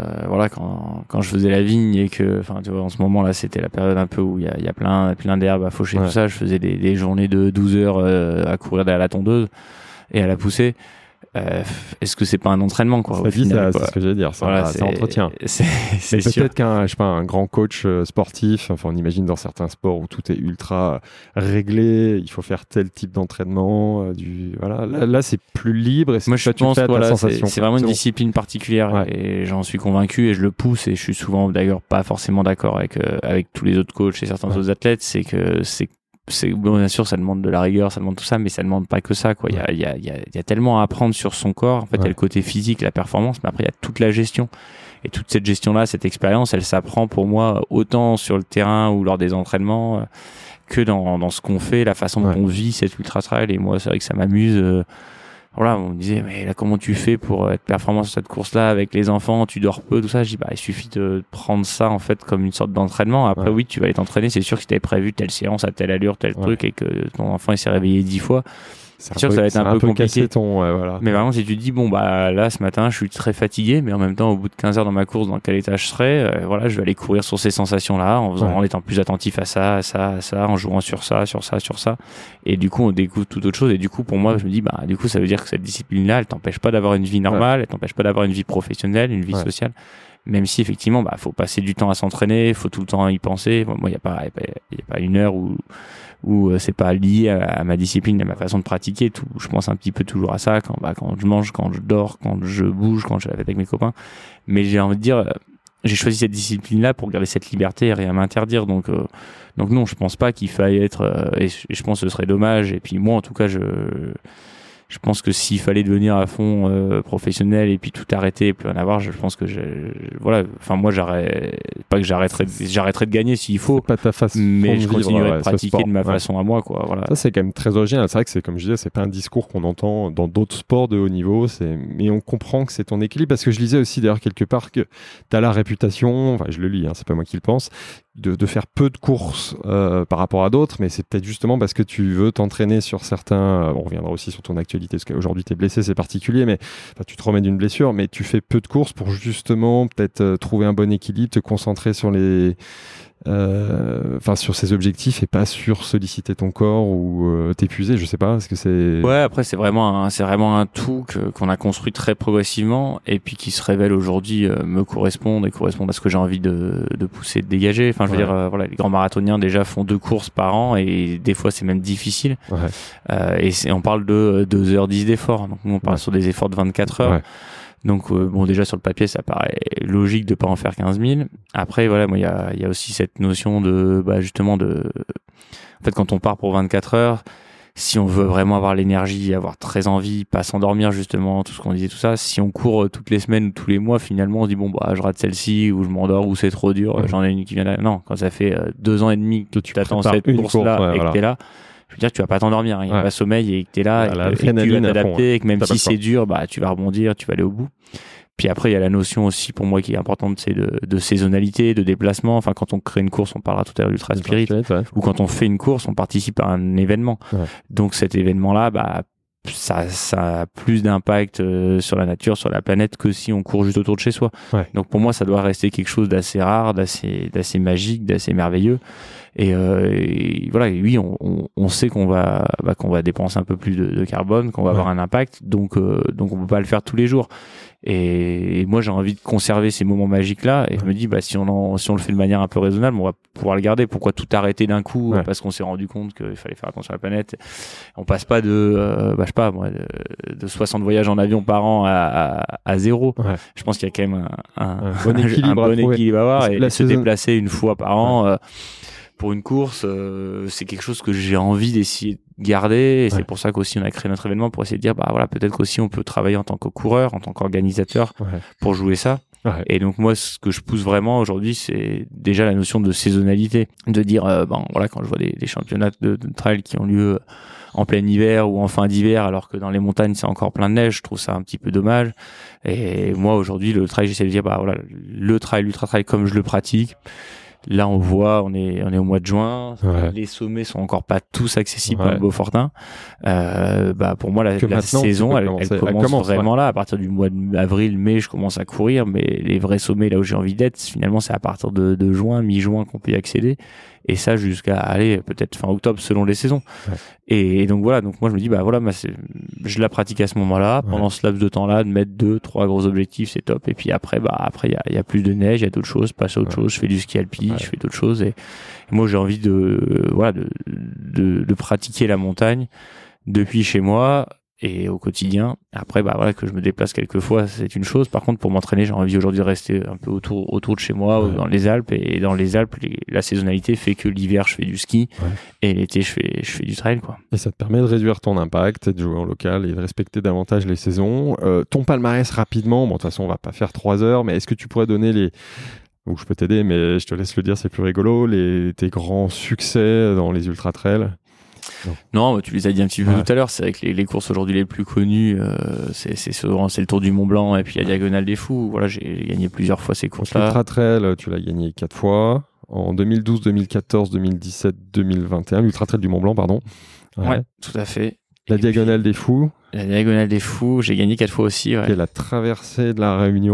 Quand je faisais la vigne et que tu vois en ce moment là c'était la période un peu où il y a plein d'herbes à faucher, tout ça, je faisais des journées de 12 heures à courir derrière la tondeuse et à la pousser. Est-ce que c'est pas un entraînement, quoi, au final, c'est ce que j'allais dire, c'est entretien. C'est peut-être qu'un grand coach sportif, on imagine dans certains sports où tout est ultra réglé, il faut faire tel type d'entraînement, là c'est plus libre, et moi je pense que c'est vraiment une discipline particulière, et j'en suis convaincu et je le pousse, et je suis souvent d'ailleurs pas forcément d'accord avec tous les autres coachs et certains autres athlètes, c'est bien sûr ça demande de la rigueur, ça demande tout ça, mais ça demande pas que ça, quoi. Il y a tellement à apprendre sur son corps, en fait. Il y a le côté physique, la performance, mais après il y a toute la gestion, et toute cette gestion là, cette expérience, elle s'apprend pour moi autant sur le terrain ou lors des entraînements que dans ce qu'on fait, la façon dont on vit cette ultra trail. Et moi c'est vrai que ça m'amuse. On me disait, mais là, comment tu fais pour être performant sur cette course-là avec les enfants, tu dors peu, tout ça. Je dis, il suffit de prendre ça, en fait, comme une sorte d'entraînement. Après, oui, tu vas aller t'entraîner. C'est sûr que si t'avais prévu telle séance à telle allure, tel truc, et que ton enfant, il s'est réveillé 10 fois, c'est sûr que ça va être un peu compliqué. Mais vraiment, si tu te dis, là, ce matin, je suis très fatigué, mais en même temps, au bout de 15 heures dans ma course, dans quel état je serai, je vais aller courir sur ces sensations-là, en étant plus attentif à ça, en jouant sur ça. Et du coup, on découvre toute autre chose. Et du coup, pour moi, je me dis, du coup, ça veut dire que cette discipline-là, elle t'empêche pas d'avoir une vie normale, elle t'empêche pas d'avoir une vie professionnelle, une vie sociale. même si effectivement faut passer du temps à s'entraîner, faut tout le temps y penser. Moi, il y a pas une heure où c'est pas lié à ma discipline, à ma façon de pratiquer. Tout, je pense un petit peu toujours à ça quand je mange, quand je dors, quand je bouge, quand je fais la fête avec mes copains. Mais j'ai envie de dire, j'ai choisi cette discipline-là pour garder cette liberté et rien m'interdire. Donc non, je pense pas qu'il faille être, et je pense que ce serait dommage. Et puis moi, en tout cas, je pense que s'il fallait devenir à fond professionnel et puis tout arrêter et plus en avoir, je pense que moi j'arrêterais de gagner s'il faut, c'est pas ta façon mais je de continuerai vivre, de pratiquer de ma façon à moi, quoi. Voilà. Ça c'est quand même très original. C'est vrai que c'est, comme je disais, c'est pas un discours qu'on entend dans d'autres sports de haut niveau, mais on comprend que c'est ton équilibre, parce que je lisais aussi d'ailleurs quelque part que tu as la réputation, enfin je le lis, c'est pas moi qui le pense, de faire peu de courses par rapport à d'autres, mais c'est peut-être justement parce que tu veux t'entraîner sur certains, on reviendra aussi sur ton actualité, parce qu'aujourd'hui tu es blessé, c'est particulier, mais tu te remets d'une blessure, mais tu fais peu de courses pour justement peut-être trouver un bon équilibre, te concentrer sur sur ces objectifs et pas sur solliciter ton corps ou t'épuiser, je sais pas, est-ce que c'est... Ouais, après c'est vraiment un tout qu'on a construit très progressivement et puis qui se révèle aujourd'hui me correspondre à ce que j'ai envie de pousser, de dégager. Enfin, je veux dire, les grands marathoniens déjà font 2 courses par an et des fois c'est même difficile. Et on parle de 2h10 d'efforts. Donc nous on parle sur des efforts de 24 heures. Donc déjà sur le papier ça paraît logique de pas en faire 15 000. Après moi il y a aussi cette notion de justement en fait quand on part pour 24 heures, si on veut vraiment avoir l'énergie, avoir très envie, pas s'endormir justement, tout ce qu'on disait, tout ça, si on court toutes les semaines ou tous les mois, finalement on se dit je rate celle-ci ou je m'endors ou c'est trop dur, j'en ai une qui vient là. Non, quand ça fait 2 ans et demi que tu t'attends cette course-là et que t'es là, je veux dire que tu vas pas t'endormir, il n'y a pas sommeil et que tu es là et que tu vas t'adapter et que même si c'est dur, tu vas rebondir, tu vas aller au bout. Puis après, il y a la notion aussi pour moi qui est importante, c'est de saisonnalité, de déplacement. Enfin, quand on crée une course, on parlera tout à l'heure d'Ultra Spirit, ou quand on fait une course, on participe à un événement. Donc cet événement-là, ça a plus d'impact sur la nature, sur la planète que si on court juste autour de chez soi. Donc pour moi, ça doit rester quelque chose d'assez rare, d'assez magique, d'assez merveilleux. Et oui, on sait qu'on va dépenser un peu plus de carbone, qu'on va avoir un impact, donc on peut pas le faire tous les jours. Et moi j'ai envie de conserver ces moments magiques là, et je me dis si on le fait de manière un peu raisonnable, on va pouvoir le garder. Pourquoi tout arrêter d'un coup parce qu'on s'est rendu compte qu'il fallait faire attention à la planète. On passe pas de 60 voyages en avion par an à 0. Je pense qu'il y a quand même un bon équilibre à avoir, et se déplacer une fois par an pour une course, c'est quelque chose que j'ai envie d'essayer de garder, et c'est pour ça qu'aussi on a créé notre événement, pour essayer de dire peut-être qu'aussi on peut travailler en tant que coureur, en tant qu'organisateur pour jouer ça. Et donc moi ce que je pousse vraiment aujourd'hui, c'est déjà la notion de saisonnalité, de dire quand je vois des championnats de trail qui ont lieu en plein hiver ou en fin d'hiver, alors que dans les montagnes c'est encore plein de neige, je trouve ça un petit peu dommage. Et moi aujourd'hui le trail, j'essaie de dire le trail, l'ultra trail comme je le pratique. Là, on voit, on est au mois de juin. Les sommets sont encore pas tous accessibles à Beaufortin. Pour moi, la saison, elle commence vraiment là. À partir du mois d'avril, mai, je commence à courir. Mais les vrais sommets, là où j'ai envie d'être, finalement, c'est à partir de juin, mi-juin qu'on peut y accéder. Et ça, jusqu'à peut-être fin octobre, selon les saisons. Et donc voilà. Donc moi, je me dis, je la pratique à ce moment-là. Pendant ce laps de temps-là, de mettre 2-3 gros objectifs, c'est top. Et puis après, il y a plus de neige, il y a d'autres choses, passe à autre chose. Je fais du ski alpi, je fais d'autres choses. Et moi, j'ai envie de pratiquer la montagne depuis chez moi et au quotidien. Après, que je me déplace quelques fois, c'est une chose. Par contre, pour m'entraîner, j'ai envie aujourd'hui de rester un peu autour de chez moi, ou dans les Alpes. Et dans les Alpes, la saisonnalité fait que l'hiver, je fais du ski, et l'été, je fais du trail, quoi. Et ça te permet de réduire ton impact, de jouer en local et de respecter davantage les saisons. Ton palmarès rapidement, de toute façon, on va pas faire 3 heures, mais est-ce que tu pourrais donner ou je peux t'aider, mais je te laisse le dire, c'est plus rigolo, tes grands succès dans les ultra trails? Non, tu les as dit un petit peu tout à l'heure. C'est vrai que les courses aujourd'hui les plus connues, c'est le Tour du Mont Blanc et puis la Diagonale des Fous. Voilà, j'ai gagné plusieurs fois ces courses-là. L'Ultra Trail, tu l'as gagné 4 fois. En 2012, 2014, 2017, 2021. L'Ultra Trail du Mont Blanc, pardon. Ouais, tout à fait. La Diagonale des Fous. La Diagonale des Fous, j'ai gagné 4 fois aussi. Et la traversée de la Réunion.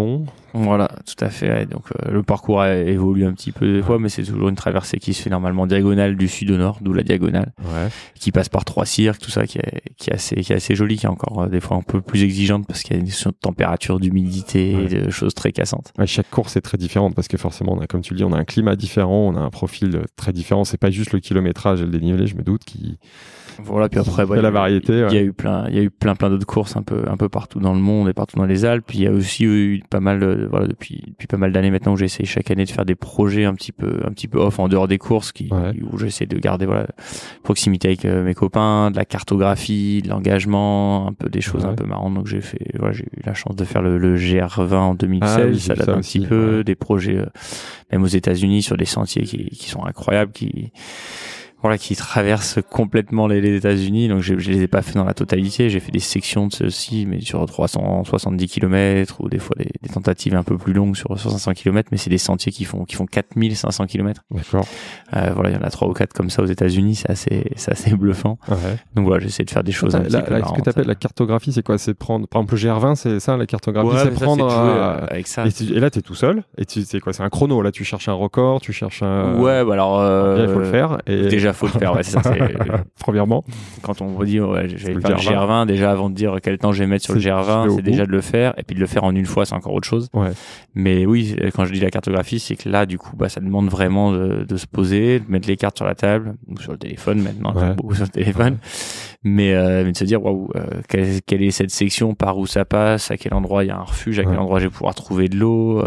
Voilà, tout à fait. Ouais. Donc le parcours a évolué un petit peu des fois, mais c'est toujours une traversée qui se fait normalement diagonale du sud au nord, d'où la diagonale, qui passe par 3 cirques, tout ça, qui est assez joli, qui est encore des fois un peu plus exigeante parce qu'il y a une question de température, d'humidité, et de choses très cassantes. Ouais, chaque course est très différente parce que forcément, comme tu le dis, on a un climat différent, on a un profil très différent. C'est pas juste le kilométrage et le dénivelé, je me doute, qui voilà, puis après la variété. Il y a eu plein d'autres courses un peu partout dans le monde et partout dans les Alpes. Puis il y a aussi eu pas mal depuis pas mal d'années maintenant où j'essaie chaque année de faire des projets un petit peu off en dehors des courses où j'essaie de garder proximité avec mes copains, de la cartographie, de l'engagement, un peu des choses un peu marrantes. Donc j'ai eu la chance de faire le GR20 en 2016, ça date un petit peu, des projets même aux États-Unis sur des sentiers qui sont incroyables, qui traversent complètement les États-Unis. Donc je les ai pas fait dans la totalité, j'ai fait des sections de ceux-ci, mais sur 370 km ou des fois des tentatives un peu plus longues sur 500 km, mais c'est des sentiers qui font 4500 km. D'accord. Il y en a 3 ou 4 comme ça aux États-Unis, c'est assez bluffant. Ouais. Donc voilà, j'essaie de faire des choses un petit peu marrantes. Ce que tu appelles la cartographie, c'est quoi? C'est prendre, par exemple, le GR20, c'est ça la cartographie, c'est prendre avec ça. Et là t'es tout seul et c'est quoi? C'est un chrono, là tu cherches un record, tu cherches un il faut le faire et déjà faut le faire, c'est ça. Premièrement, quand on vous dit j'allais faire le GR20, déjà avant de dire quel temps je vais mettre sur le GR20, c'est déjà de le faire, et puis de le faire en une fois, c'est encore autre chose. Mais oui, quand je dis la cartographie, c'est que là du coup ça demande vraiment de se poser, de mettre les cartes sur la table ou sur le téléphone maintenant, beaucoup sur le téléphone, mais de se dire quelle est cette section, par où ça passe, à quel endroit il y a un refuge, à quel endroit je vais pouvoir trouver de l'eau.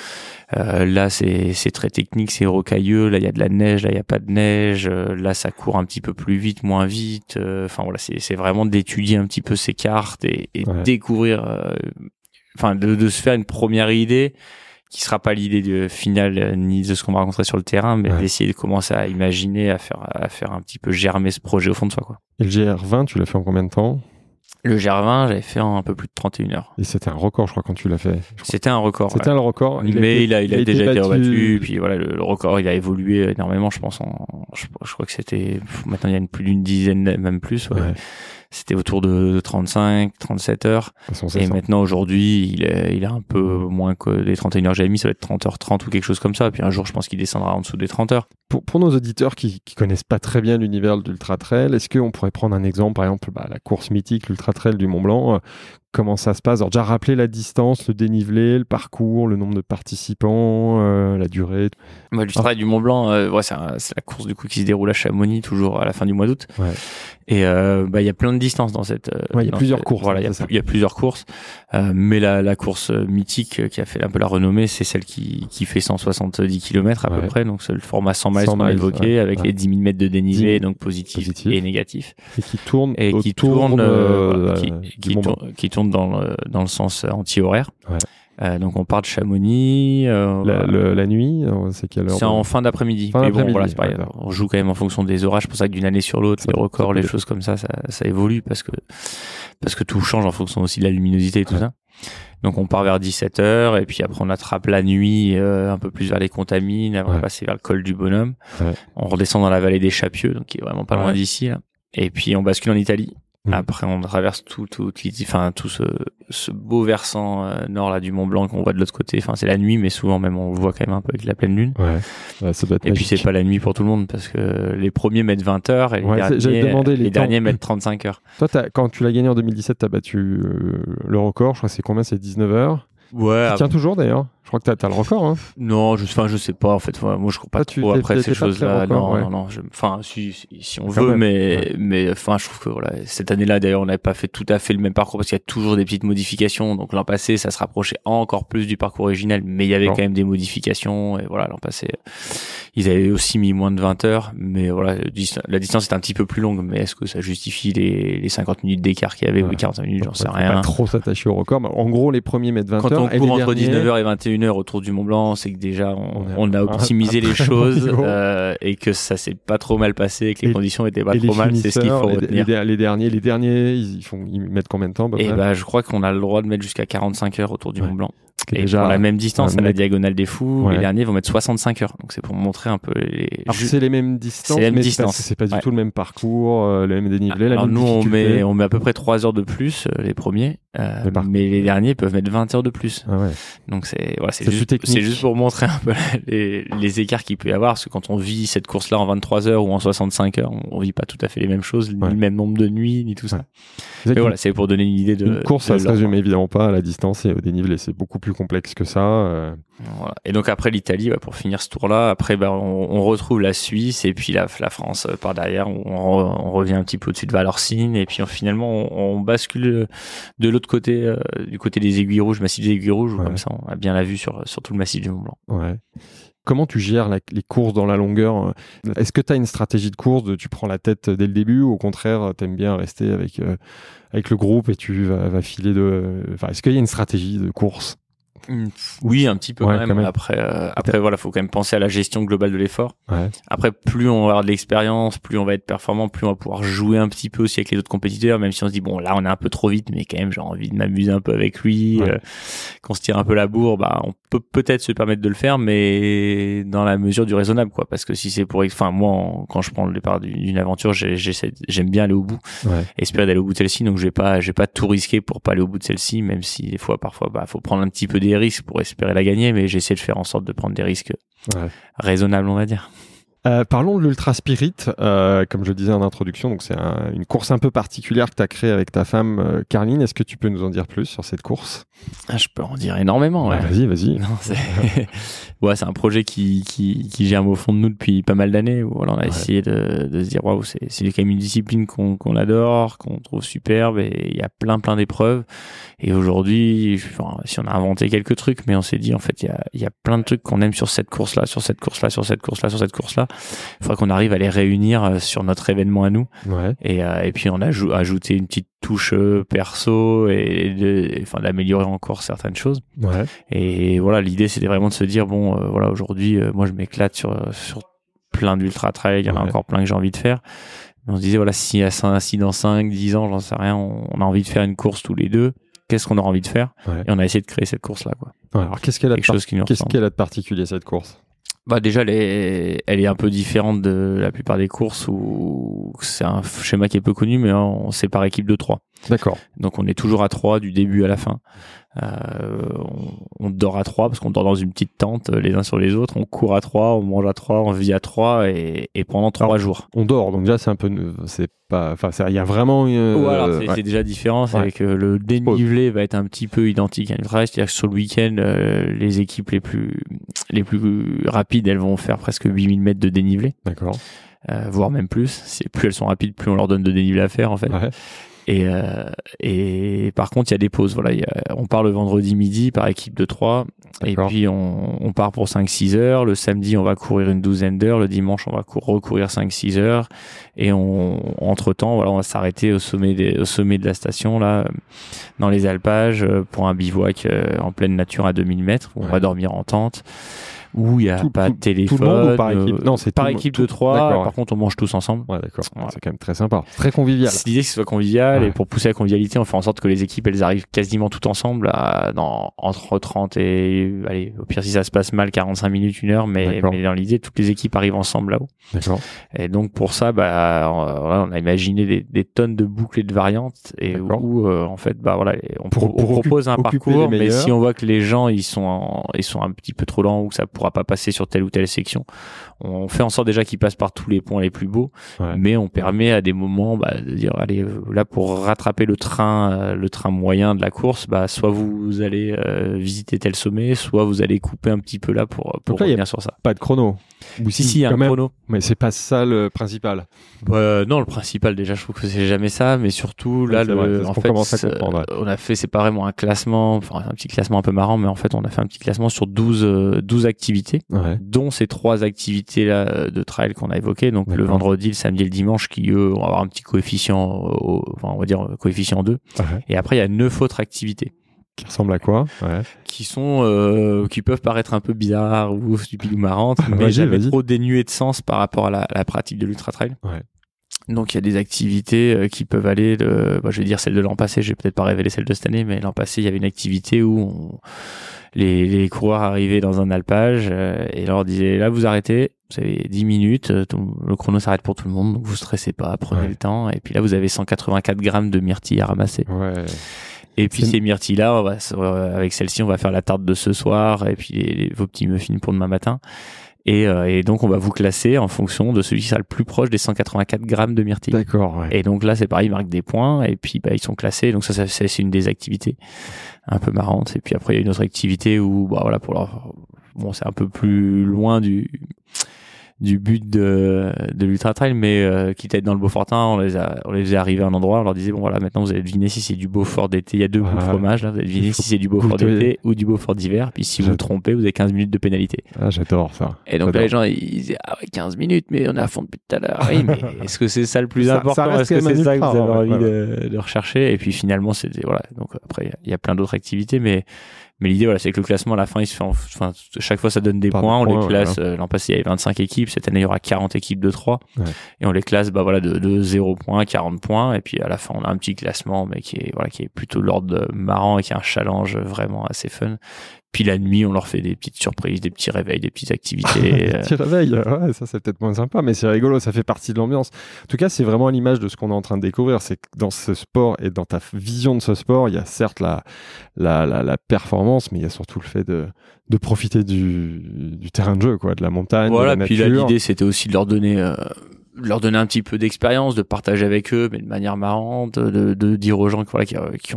Là c'est très technique, c'est rocailleux, là il y a de la neige, là il y a pas de neige, là ça court un petit peu plus vite, moins vite, c'est vraiment d'étudier un petit peu ces cartes et découvrir de se faire une première idée qui sera pas l'idée finale ni de ce qu'on va rencontrer sur le terrain, mais d'essayer de commencer à imaginer, à faire un petit peu germer ce projet au fond de soi, quoi. Et le GR20, tu l'as fait en combien de temps? Le GR20, j'avais fait en un peu plus de 31 heures. Et c'était un record, je crois, quand tu l'as fait. C'était un record. C'était un record. Mais il a déjà été rebattu. Puis voilà, le record, il a évolué énormément, je pense. Je crois que c'était, maintenant, il y a plus d'une dizaine, même plus. C'était autour de 35, 37 heures. Et maintenant, aujourd'hui, il est un peu moins que les 31 heures que j'avais mis. Ça va être 30h30 ou quelque chose comme ça. Puis un jour, je pense qu'il descendra en dessous des 30 heures. Pour nos auditeurs qui connaissent pas très bien l'univers de l'Ultra Trail, est-ce qu'on pourrait prendre un exemple, par exemple, la course mythique, l'Ultra Trail du Mont Blanc, comment ça se passe? Alors déjà rappeler la distance, le dénivelé, le parcours, le nombre de participants, la durée. L'Ultra Trail du Mont Blanc, c'est la course du coup qui se déroule à Chamonix, toujours à la fin du mois d'août. Et il y a plein de distances dans cette. Il y a plusieurs courses. Voilà, il y a plusieurs courses, mais la course mythique qui a fait un peu la renommée, c'est celle qui fait 170 km à peu près. Donc c'est le format 100 miles qu'on a évoqué, avec les 10 000 mètres de dénivelé, donc positif et négatif. Et qui tourne dans le sens anti-horaire. Donc on part de Chamonix. La nuit, c'est quelle heure? C'est en fin d'après-midi. Mais bon, voilà, c'est pareil. On joue quand même en fonction des orages. C'est pour ça que d'une année sur l'autre, les records, les choses comme ça évolue parce que tout change en fonction aussi de la luminosité et tout ça. Donc on part vers 17h et puis après on attrape la nuit un peu plus vers les Contamines avant de passer vers le col du Bonhomme. On redescend dans la vallée des Chapieux, donc qui est vraiment pas loin d'ici là. Et puis on bascule en Italie. Après, on traverse tout ce beau versant nord là du Mont Blanc qu'on voit de l'autre côté. Enfin, c'est la nuit, mais souvent même on le voit quand même un peu avec la pleine lune. Ça doit être et magique. puis c'est pas la nuit pour tout le monde parce que les premiers mettent 20 heures et les derniers mettent 35 heures. Toi, quand tu l'as gagné en 2017, t'as battu le record. Je crois que c'est combien? C'est 19 heures. Ouais. Tu tiens toujours d'ailleurs. Je crois que t'as le record, hein. Non, je sais pas, en fait. Moi, je cours pas trop après ces choses-là. Non. Si on veut, mais, enfin, je trouve que, voilà, cette année-là, d'ailleurs, on n'avait pas fait tout à fait le même parcours parce qu'il y a toujours des petites modifications. Donc, l'an passé, ça se rapprochait encore plus du parcours original, mais il y avait quand même des modifications. Et voilà, l'an passé, ils avaient aussi mis moins de 20 heures. Mais voilà, la distance est un petit peu plus longue. Mais est-ce que ça justifie les 50 minutes d'écart qu'il y avait ou les 45 minutes? J'en sais rien. Pas trop s'attacher au record. En gros, les premiers mettent 20 heures. Quand on court entre 19h et 21h autour du Mont Blanc, c'est que déjà on a optimisé les choses et que ça s'est pas trop mal passé et que les conditions étaient pas trop mal. C'est ce qu'il faut retenir. Les derniers, ils mettent combien de temps? Je crois qu'on a le droit de mettre jusqu'à 45 heures autour du Mont Blanc. Et déjà, pour la même distance, à la diagonale des Fous, les derniers vont mettre 65 heures. Donc c'est pour montrer un peu c'est les mêmes distances, c'est pas du tout le même parcours, le même dénivelé. Alors nous, on met à peu près 3 heures de plus, les premiers. mais les derniers peuvent mettre 20 heures de plus. Ah ouais. Donc c'est juste pour montrer un peu les écarts qu'il peut y avoir, parce que quand on vit cette course-là en 23 heures ou en 65 heures, on vit pas tout à fait les mêmes choses, ni le même nombre de nuits, ni tout ça. Mais voilà, c'est pour donner une idée de... Une course, ça se résume évidemment pas à la distance et au dénivelé, c'est beaucoup plus complexe que ça. Voilà. Et donc après l'Italie, pour finir ce tour-là, après on retrouve la Suisse et puis la France par derrière, on revient un petit peu au-dessus de Valorcine et puis finalement on bascule de l'autre côté, du côté des Aiguilles Rouges, massif des Aiguilles Rouges, comme ça on a bien la vue sur tout le massif du Mont Blanc. Ouais. Comment tu gères les courses dans la longueur? Est-ce que tu as une stratégie de course tu prends la tête dès le début, ou au contraire t'aimes bien rester avec le groupe et tu vas filer est-ce qu'il y a une stratégie de course? Oui, un petit peu quand même. Après voilà, faut quand même penser à la gestion globale de l'effort. Ouais. Après, plus on va avoir de l'expérience, plus on va être performant, plus on va pouvoir jouer un petit peu aussi avec les autres compétiteurs, même si on se dit bon là on est un peu trop vite, mais quand même j'ai envie de m'amuser un peu avec lui, qu'on se tire un peu la bourre, on peut peut-être se permettre de le faire, mais dans la mesure du raisonnable, quoi. Parce que si c'est moi quand je prends le départ d'une aventure, j'aime bien aller au bout, espérer d'aller au bout de celle-ci, donc je vais pas tout risquer pour pas aller au bout de celle-ci, même si des fois parfois faut prendre un petit peu des risques pour espérer la gagner, mais j'essaie de faire en sorte de prendre des risques raisonnables, on va dire. Parlons de l'Ultra Spirit, comme je le disais en introduction, donc c'est une course un peu particulière que tu as créée avec ta femme Carline. Est-ce que tu peux nous en dire plus sur cette course? Je peux en dire énormément. Ouais. Vas-y. Non, c'est un projet qui germe au fond de nous depuis pas mal d'années, où on a essayé de se dire waouh, c'est quand même une discipline qu'on adore, qu'on trouve superbe, et il y a plein d'épreuves. Et aujourd'hui, si on a inventé quelques trucs, mais on s'est dit en fait il y a plein de trucs qu'on aime sur cette course-là. Il faudra qu'on arrive à les réunir sur notre événement à nous. Et puis on a ajouté une petite touche perso et d'améliorer encore certaines choses. Et voilà, l'idée c'était vraiment de se dire aujourd'hui moi je m'éclate sur plein d'ultra trail, il y en a encore plein que j'ai envie de faire. Mais on se disait si dans 5, 10 ans, j'en sais rien, on a envie de faire une course tous les deux, qu'est-ce qu'on aura envie de faire? Et on a essayé de créer cette course là, quoi. Alors qu'est-ce qu'elle a de particulier, cette course? Déjà, elle est un peu différente de la plupart des courses, où c'est un schéma qui est peu connu, mais c'est par équipe de 3. D'accord. Donc on est toujours à 3 du début à la fin. On dort à 3 parce qu'on dort dans une petite tente les uns sur les autres. On court à 3, on mange à 3, on vit à 3 et pendant 3 jours. On dort, donc déjà c'est un peu, il y a vraiment. C'est déjà différent, c'est que le dénivelé va être un petit peu identique à une race, c'est-à-dire que sur le week-end, les équipes les plus rapides, elles vont faire presque 8000 mètres de dénivelé. D'accord. Voire même plus. Plus elles sont rapides, plus on leur donne de dénivelé à faire en fait. Et par contre, il y a des pauses. On part le vendredi midi par équipe de 3. D'accord. Et puis, on part pour 5-6 heures. Le samedi, on va courir une 12aine d'heures. Le dimanche, on va recourir 5-6 heures. Et entre-temps, on va s'arrêter au sommet de la station, là, dans les alpages, pour un bivouac en pleine nature à 2000 mètres. Où on va dormir en tente. Où il n'y a pas de téléphone. Tout le monde ou par équipe? Non, c'est par équipe de 3. Par contre, on mange tous ensemble. Ouais, d'accord. Ouais. C'est quand même très sympa. Très convivial. L'idée, c'est que ce soit convivial. Et pour pousser la convivialité, on fait en sorte que les équipes, elles arrivent quasiment toutes ensemble entre 30 et, allez, au pire, si ça se passe mal, 45 minutes, 1 heure. Mais dans l'idée, toutes les équipes arrivent ensemble là-haut. D'accord. Et donc, pour ça, on a imaginé des tonnes de boucles et de variantes. Et où, en fait, on propose un parcours. Mais si on voit que les gens, ils sont un petit peu trop lents, ou que ça pourra pas passer sur telle ou telle section, on fait en sorte déjà qu'ils passent par tous les points les plus beaux, mais on permet à des moments de dire allez, là pour rattraper le train moyen de la course, soit vous allez visiter tel sommet, soit vous allez couper un petit peu là pour revenir sur ça. Pas de chrono. Si, il y a un chrono. Mais c'est pas ça le principal. Non, le principal déjà, je trouve que c'est jamais ça, mais surtout là, on a fait, c'est pas vraiment un classement, un petit classement un peu marrant, mais en fait on a fait un petit classement sur 12 activités, dont ces 3 activités là de trail qu'on a évoquées, donc le vendredi, le samedi et le dimanche, qui eux vont avoir un petit coefficient, on va dire coefficient 2, et après il y a 9 autres activités. Qui ressemblent à quoi? Qui peuvent paraître un peu bizarres ou stupides ou marrantes, mais jamais trop dénuées de sens par rapport à la pratique de l'ultra trail. Donc il y a des activités qui peuvent aller je vais dire celle de l'an passé, je vais peut-être pas révéler celle de cette année, mais l'an passé il y avait une activité où les coureurs arrivaient dans un alpage et leur disaient là vous arrêtez, vous avez 10 minutes, le chrono s'arrête pour tout le monde, donc vous stressez pas, prenez le temps, et puis là vous avez 184 grammes de myrtilles à ramasser. Et puis ces myrtilles-là, avec celle-ci, on va faire la tarte de ce soir et puis vos petits muffins pour demain matin. Et donc, on va vous classer en fonction de celui qui sera le plus proche des 184 grammes de myrtilles. D'accord, ouais. Et donc là, c'est pareil, ils marquent des points et puis ils sont classés. Donc ça c'est une des activités un peu marrantes. Et puis après, il y a une autre activité où, c'est un peu plus loin du but de l'Ultra Trail, mais quitte à être dans le Beaufortin, on les faisait arriver à un endroit, on leur disait maintenant vous allez deviner si c'est du Beaufort d'été, il y a deux bouts de fromage là, vous allez deviner si c'est du Beaufort d'été ou du Beaufort d'hiver, puis si vous vous trompez, vous avez 15 minutes de pénalité. Ah, j'adore ça. Et donc là, les gens ils disaient 15 minutes, mais on est à fond depuis tout à l'heure. Oui, mais est-ce que c'est ça le plus important? Est-ce que c'est ça que vous avez envie de rechercher? Et puis finalement, c'était donc après il y a plein d'autres activités, mais l'idée, c'est que le classement, à la fin, il se fait chaque fois, ça donne des points. On les classe. L'an passé, il y avait 25 équipes. Cette année, il y aura 40 équipes de 3. Ouais. Et on les classe, de 0 points à 40 points. Et puis, à la fin, on a un petit classement, mais qui est plutôt de l'ordre marrant et qui est un challenge vraiment assez fun. Puis la nuit, on leur fait des petites surprises, des petits réveils, des petites activités. Des petits réveils, ouais, ça c'est peut-être moins sympa, mais c'est rigolo, ça fait partie de l'ambiance. En tout cas, c'est vraiment à l'image de ce qu'on est en train de découvrir. C'est que dans ce sport et dans ta vision de ce sport, il y a certes la performance, mais il y a surtout le fait de profiter du terrain de jeu, quoi, de la montagne, de la nature. Puis là, l'idée, c'était aussi de leur donner un petit peu d'expérience, de partager avec eux, mais de manière marrante, de dire aux gens qui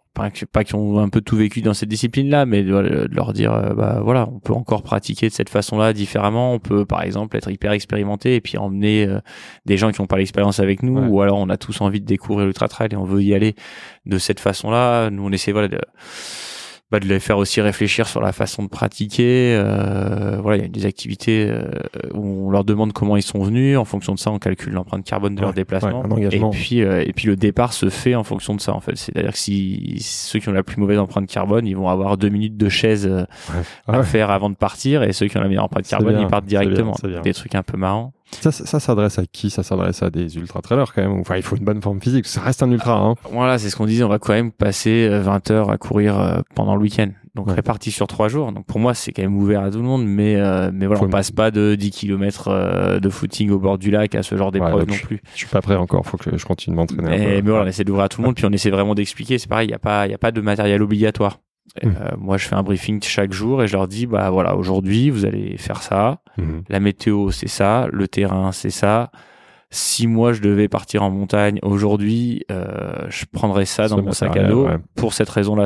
ont un peu tout vécu dans cette discipline-là, mais de leur dire, on peut encore pratiquer de cette façon-là différemment. On peut, par exemple, être hyper expérimenté et puis emmener des gens qui n'ont pas l'expérience avec nous, ou alors on a tous envie de découvrir l'ultra trail et on veut y aller de cette façon-là. Nous, on essaie, de les faire aussi réfléchir sur la façon de pratiquer. Il y a des activités où on leur demande comment ils sont venus. En fonction de ça, on calcule l'empreinte carbone de leur déplacement. Et puis le départ se fait en fonction de ça, en fait. C'est-à-dire que si ceux qui ont la plus mauvaise empreinte carbone, ils vont avoir 2 minutes de chaise à faire avant de partir, et ceux qui ont la meilleure empreinte carbone, ils partent directement. C'est bien. Des trucs un peu marrants. Ça s'adresse à qui? Ça s'adresse à des ultra-trailers quand même. Enfin, il faut une bonne forme physique. Ça reste un ultra, hein. Voilà, c'est ce qu'on disait. On va quand même passer 20 heures à courir pendant le week-end. Donc, réparti sur 3 jours. Donc, pour moi, c'est quand même ouvert à tout le monde. Mais on passe pas de 10 km de footing au bord du lac à ce genre d'épreuve non plus. Je suis pas prêt encore. Faut que je continue de m'entraîner. Mais on essaie d'ouvrir à tout le monde. Puis, on essaie vraiment d'expliquer. C'est pareil. Il y a pas de matériel obligatoire. Moi, je fais un briefing chaque jour et je leur dis, aujourd'hui, vous allez faire ça. La météo, c'est ça. Le terrain, c'est ça. Si moi, je devais partir en montagne aujourd'hui, je prendrais ça dans mon sac à dos pour cette raison-là.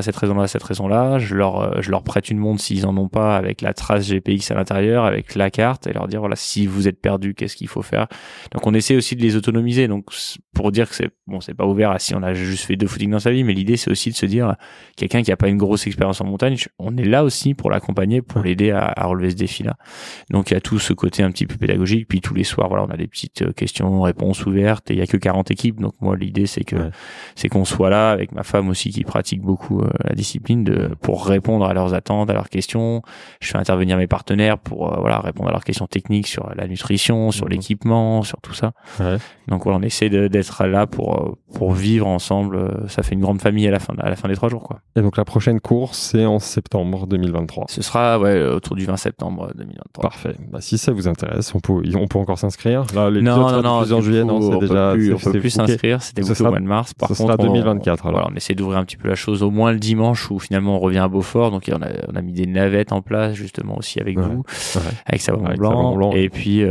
Je leur prête une montre s'ils en ont pas, avec la trace GPX à l'intérieur, avec la carte, et leur dire, si vous êtes perdu, qu'est-ce qu'il faut faire? Donc, on essaie aussi de les autonomiser. Donc, pour dire que c'est pas ouvert à si on a juste fait 2 footings dans sa vie, mais l'idée, c'est aussi de se dire, quelqu'un qui a pas une grosse expérience en montagne, on est là aussi pour l'accompagner, pour l'aider à relever ce défi-là. Donc, il y a tout ce côté un petit peu pédagogique. Puis, tous les soirs, on a des petites réponses ouvertes, et il y a que 40 équipes. Donc, moi, l'idée, c'est qu'on soit là avec ma femme aussi, qui pratique beaucoup la discipline, pour répondre à leurs attentes, à leurs questions. Je fais intervenir mes partenaires pour répondre à leurs questions techniques sur la nutrition, sur l'équipement, sur tout ça. Donc, on essaie d'être là pour vivre ensemble. Ça fait une grande famille à la fin des 3 jours, quoi. Et donc, la prochaine course, c'est en septembre 2023. Ce sera autour du 20 septembre 2023. Parfait. Si ça vous intéresse, on peut encore s'inscrire. Là, non, en juillet, on peut plus s'inscrire. C'était au mois de mars. Par contre, sera 2024. On essaie d'ouvrir un petit peu la chose, au moins le dimanche, où finalement on revient à Beaufort. Donc on a mis des navettes en place, justement, aussi avec vous, avec Savoie Mont-Blanc. Et puis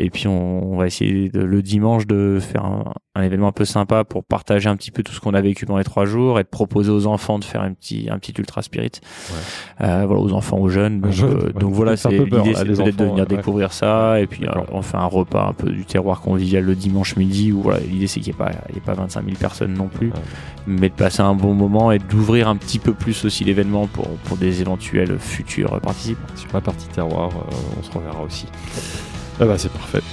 on va essayer le dimanche de faire un événement un peu sympa pour partager un petit peu tout ce qu'on a vécu dans les 3 jours, et de proposer aux enfants de faire un petit ultra spirit. Aux enfants, aux jeunes. Donc voilà, l'idée, c'est peut-être de venir découvrir ça. Et puis on fait un repas un peu du terroir convivial le dimanche midi, où l'idée, c'est qu'il n'y ait pas 25 000 personnes non plus, mais de passer un bon moment et d'ouvrir un petit peu plus aussi l'événement pour des éventuels futurs participants. Sur la partie terroir, on se reverra aussi. C'est parfait.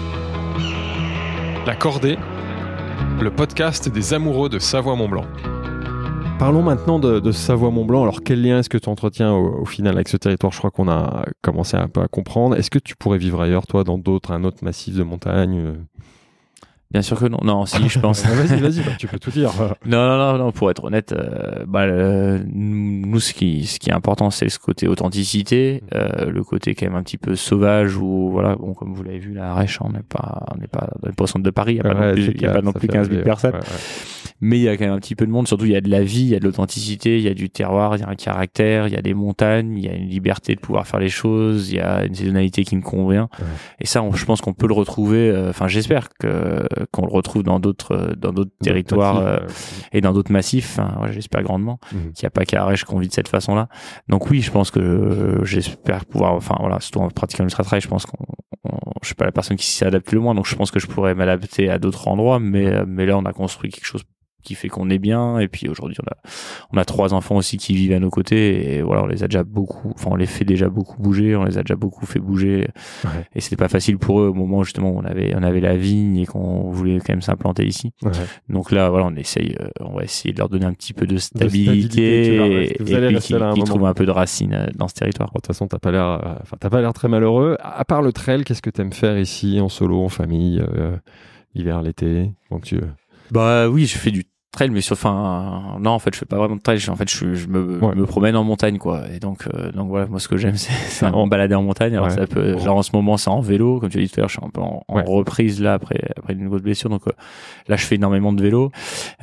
La Cordée, le podcast des amoureux de Savoie-Mont-Blanc. Parlons maintenant de Savoie-Mont-Blanc. Alors, quel lien est-ce que tu entretiens au final avec ce territoire? Je crois qu'on a commencé un peu à comprendre. Est-ce que tu pourrais vivre ailleurs, toi, dans un autre massif de montagne? Bien sûr que non. Non, si, je pense. Vas-y, tu peux tout dire. Non, pour être honnête, nous, ce qui est important, c'est ce côté authenticité, le côté quand même un petit peu sauvage, où, comme vous l'avez vu, la Arèche, on n'est pas dans le centre de Paris, il n'y a pas non plus 15 000 personnes. mais il y a quand même un petit peu de monde. Surtout, il y a de la vie, il y a de l'authenticité, il y a du terroir, il y a un caractère, il y a des montagnes, il y a une liberté de pouvoir faire les choses, il y a une saisonnalité qui me convient. Ouais. Et ça, je pense qu'on peut le retrouver. Enfin, j'espère qu'on le retrouve dans d'autres territoires et dans d'autres massifs. Enfin, ouais, j'espère grandement qu'il n'y a pas qu'à Arèche qu'on vit de cette façon-là. Donc oui, je pense que j'espère pouvoir. Enfin voilà, surtout en pratiquant l'ultra-trail, je pense je suis pas la personne qui s'y adapte le moins, donc je pense que je pourrais m'adapter à d'autres endroits, mais là on a construit quelque chose qui fait qu'on est bien, et puis aujourd'hui on a 3 enfants aussi qui vivent à nos côtés, et voilà, on les a déjà on les fait déjà beaucoup bouger, on les a déjà beaucoup fait bouger, et c'était pas facile pour eux au moment où justement on avait la vigne et qu'on voulait quand même s'implanter ici. Donc là voilà, on va essayer de leur donner un petit peu de stabilité et puis qu'ils trouvent un peu de racines dans ce territoire. De toute façon, t'as pas l'air très malheureux. À part le trail, qu'est-ce que t'aimes faire ici, en solo, en famille, l'hiver, l'été, donc Bah oui, je fais du trail, mais non, en fait je fais pas vraiment de trail, en fait je me promène en montagne, quoi, et donc voilà, moi ce que j'aime c'est me balader en montagne. Alors ça peut, genre en ce moment c'est en vélo, comme tu as dit tout à l'heure, je suis un peu en reprise là après une grosse blessure, donc là je fais énormément de vélo,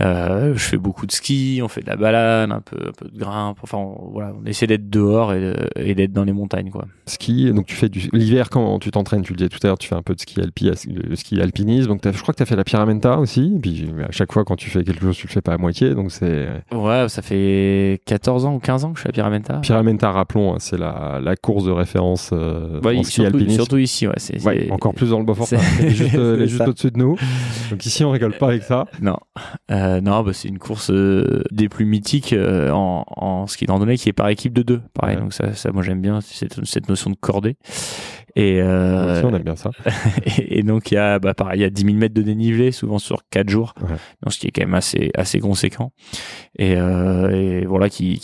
je fais beaucoup de ski, on fait de la balade, un peu de grimpe, enfin voilà, on essaie d'être dehors et d'être dans les montagnes, quoi. Ski, donc tu fais l'hiver quand tu t'entraînes, tu le disais tout à l'heure, tu fais un peu de ski alpinisme, donc je crois que tu as fait la Pyramenta aussi, et puis à chaque fois quand tu fais quelque chose tu le fais pas à moitié, donc c'est... Ouais, ça fait 14 ans ou 15 ans que je suis à Pyramenta. Pyramenta, rappelons, c'est la course de référence en ski alpinisme. Surtout ici, ouais. Encore plus dans le Beaufort, elle est juste au-dessus de nous. Donc ici, on rigole pas avec ça. Non, c'est une course des plus mythiques en ski de randonnée qui est par équipe de 2. Pareil, donc ça moi j'aime bien cette notion de cordée. Et aussi, on aime bien ça. et donc il y a 10 000 mètres de dénivelé, souvent sur 4 jours, donc ce qui est quand même assez conséquent, et voilà, qui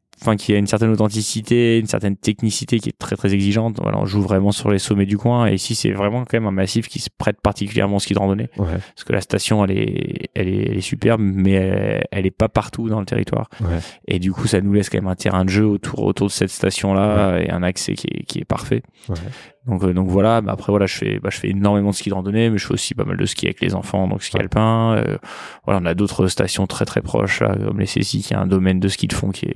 a une certaine authenticité, une certaine technicité qui est très très exigeante. Voilà, on joue vraiment sur les sommets du coin, et ici c'est vraiment quand même un massif qui se prête particulièrement au ski de randonnée, parce que la station elle est superbe, mais elle est pas partout dans le territoire, et du coup ça nous laisse quand même un terrain de jeu autour de cette station là, et un accès qui est parfait. Donc voilà, après voilà, je fais énormément de ski de randonnée, mais je fais aussi pas mal de ski avec les enfants, donc ski alpin. Voilà, on a d'autres stations très très proches là, comme les Cécilles, qui a un domaine de ski de fond qui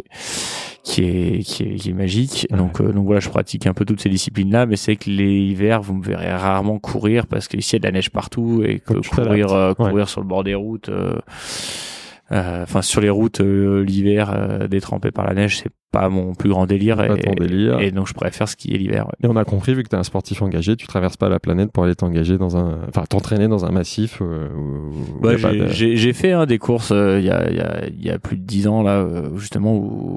est magique. Donc voilà, je pratique un peu toutes ces disciplines là, mais c'est que les hivers vous me verrez rarement courir, parce qu'ici il y a de la neige partout, et que courir sur le bord des routes, sur les routes l'hiver, détrempé par la neige, c'est pas mon plus grand délire, et donc je préfère skier l'hiver. Et on a compris, vu que t'es un sportif engagé, tu traverses pas la planète pour aller t'entraîner dans un massif. J'ai fait des courses il y a plus de 10 ans là, justement,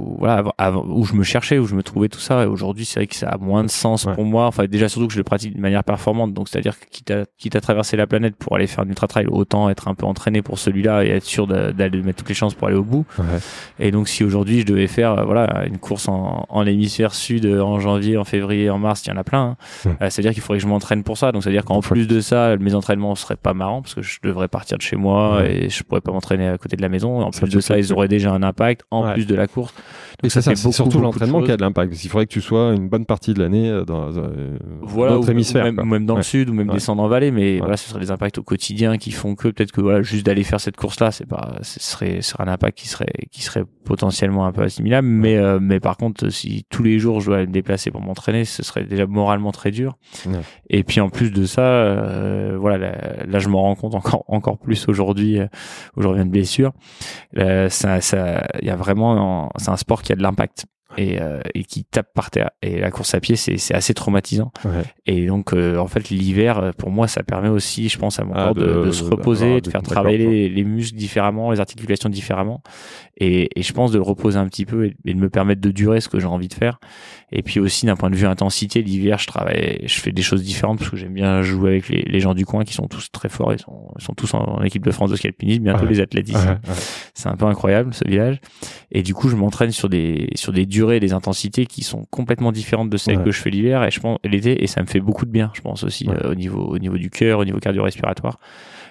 où je me cherchais, où je me trouvais tout ça, et aujourd'hui c'est vrai que ça a moins de sens pour moi. Enfin, déjà surtout que je le pratique de manière performante, donc c'est-à-dire que quitte à traverser la planète pour aller faire un ultra trail, autant être un peu entraîné pour celui-là et être sûr d'aller mettre toutes les chances pour aller au bout. Et donc si aujourd'hui je devais faire une course en hémisphère sud en janvier, en février, en mars, il y en a plein, c'est-à-dire qu'il faudrait que je m'entraîne pour ça, donc c'est-à-dire qu'en plus de ça, mes entraînements seraient pas marrants, parce que je devrais partir de chez moi, et je pourrais pas m'entraîner à côté de la maison. En plus de ça, ils auraient déjà un impact en plus de la course. Donc ça c'est surtout l'entraînement qui a de l'impact, parce qu'il faudrait que tu sois une bonne partie de l'année dans notre hémisphère, ou même dans le sud, ou même descendre en vallée, mais voilà, ce serait des impacts au quotidien qui font que peut-être que voilà, juste d'aller faire cette course-là, ce serait un impact qui serait potentiellement un peu assimilable, mais par contre, si tous les jours je dois me déplacer pour m'entraîner, ce serait déjà moralement très dur. Et puis en plus de ça, voilà, là je m'en rends compte encore plus aujourd'hui où je reviens de blessure. Il y a vraiment, c'est un sport qui a de l'impact. Et qui tape par terre, et la course à pied c'est assez traumatisant, et donc en fait l'hiver pour moi ça permet aussi, je pense, à mon corps de se reposer, de faire travailler les muscles différemment, les articulations différemment, et je pense de le reposer un petit peu et de me permettre de durer ce que j'ai envie de faire. Et puis aussi d'un point de vue intensité, l'hiver je fais des choses différentes, parce que j'aime bien jouer avec les gens du coin qui sont tous très forts, ils sont tous en équipe de France de ski alpinisme, bientôt les athlètes ici. C'est un peu incroyable ce village, et du coup je m'entraîne sur des durées, des intensités qui sont complètement différentes de celles que je fais l'hiver, et je pense l'été, et ça me fait beaucoup de bien, je pense aussi, au niveau du cœur, au niveau cardio-respiratoire.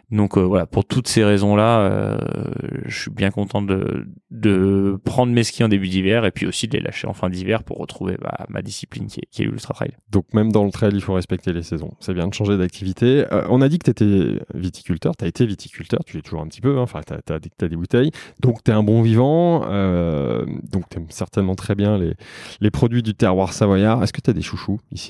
Donc voilà, pour toutes ces raisons-là, je suis bien content de prendre mes skis en début d'hiver et puis aussi de les lâcher en fin d'hiver pour retrouver ma discipline qui est l'ultra trail. Donc même dans le trail, il faut respecter les saisons. C'est bien de changer d'activité. On a dit que tu étais viticulteur, tu as été viticulteur, tu l'es toujours un petit peu, enfin tu as des bouteilles. Donc tu es un bon vivant, donc tu aimes certainement très bien les produits du terroir savoyard. Est-ce que tu as des chouchous ici ?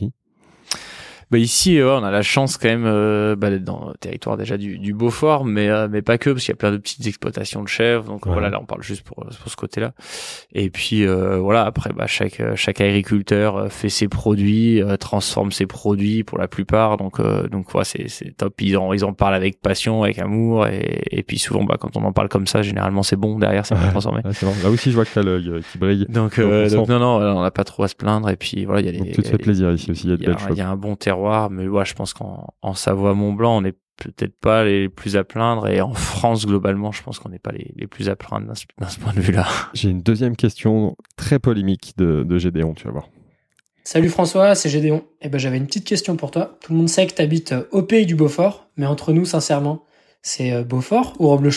Ici, on a la chance quand même d'être dans le territoire déjà du Beaufort, mais pas que, parce qu'il y a plein de petites exploitations de chèvres. Donc voilà, là on parle juste pour ce côté-là. Et puis voilà, après chaque agriculteur fait ses produits, transforme ses produits pour la plupart. Donc voilà, c'est top. Ils en parlent avec passion, avec amour, et puis souvent quand on en parle comme ça, généralement c'est bon derrière, c'est bien transformé. C'est bon. Là aussi je vois que t'as l'œil qui brille. Donc non, on n'a pas trop à se plaindre. Et puis voilà, il y a donc, tout te fait plaisir ici aussi, il y a de belles choses. Il y a un bon terroir. Mais ouais, je pense qu'en Savoie-Mont-Blanc, on n'est peut-être pas les plus à plaindre, et en France globalement, je pense qu'on n'est pas les plus à plaindre dans ce point de vue-là. J'ai une deuxième question très polémique de Gédéon, tu vas voir. Salut François, c'est Gédéon. J'avais une petite question pour toi. Tout le monde sait que tu habites au pays du Beaufort, mais entre nous, sincèrement, c'est Beaufort ou Roblochon ?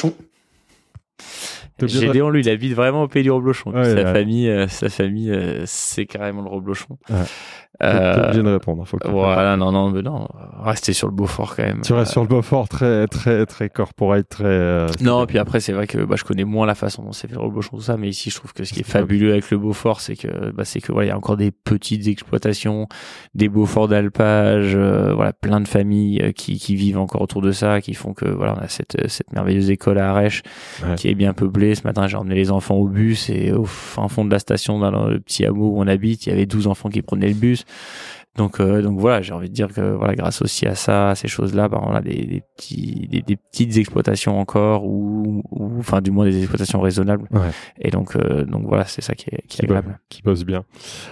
Gédéon, lui, il habite vraiment au pays du Roblochon. Ouais, sa famille, c'est carrément le Roblochon. Ouais. T'es obligé de répondre. Voilà, non, rester sur le Beaufort quand même. Tu restes sur le Beaufort, très, très, très corporate, très. Non, puis après, c'est vrai que je connais moins la façon dont c'est fait le Roblochon, tout ça, mais ici, je trouve que ce qui est fabuleux avec le Beaufort, c'est que voilà, il y a encore des petites exploitations, des Beauforts d'alpage, voilà, plein de familles qui vivent encore autour de ça, qui font que voilà, on a cette merveilleuse école à Arèche qui est bien peuplée. Ce matin, j'ai emmené les enfants au bus, et au fin fond de la station, dans le petit hameau où on habite, il y avait 12 enfants qui prenaient le bus. Donc voilà, j'ai envie de dire que voilà, grâce aussi à ça, à ces choses-là, on a des petites exploitations encore, ou enfin du moins des exploitations raisonnables. Ouais. Et donc voilà, c'est ça qui est agréable. Qui bosse bien.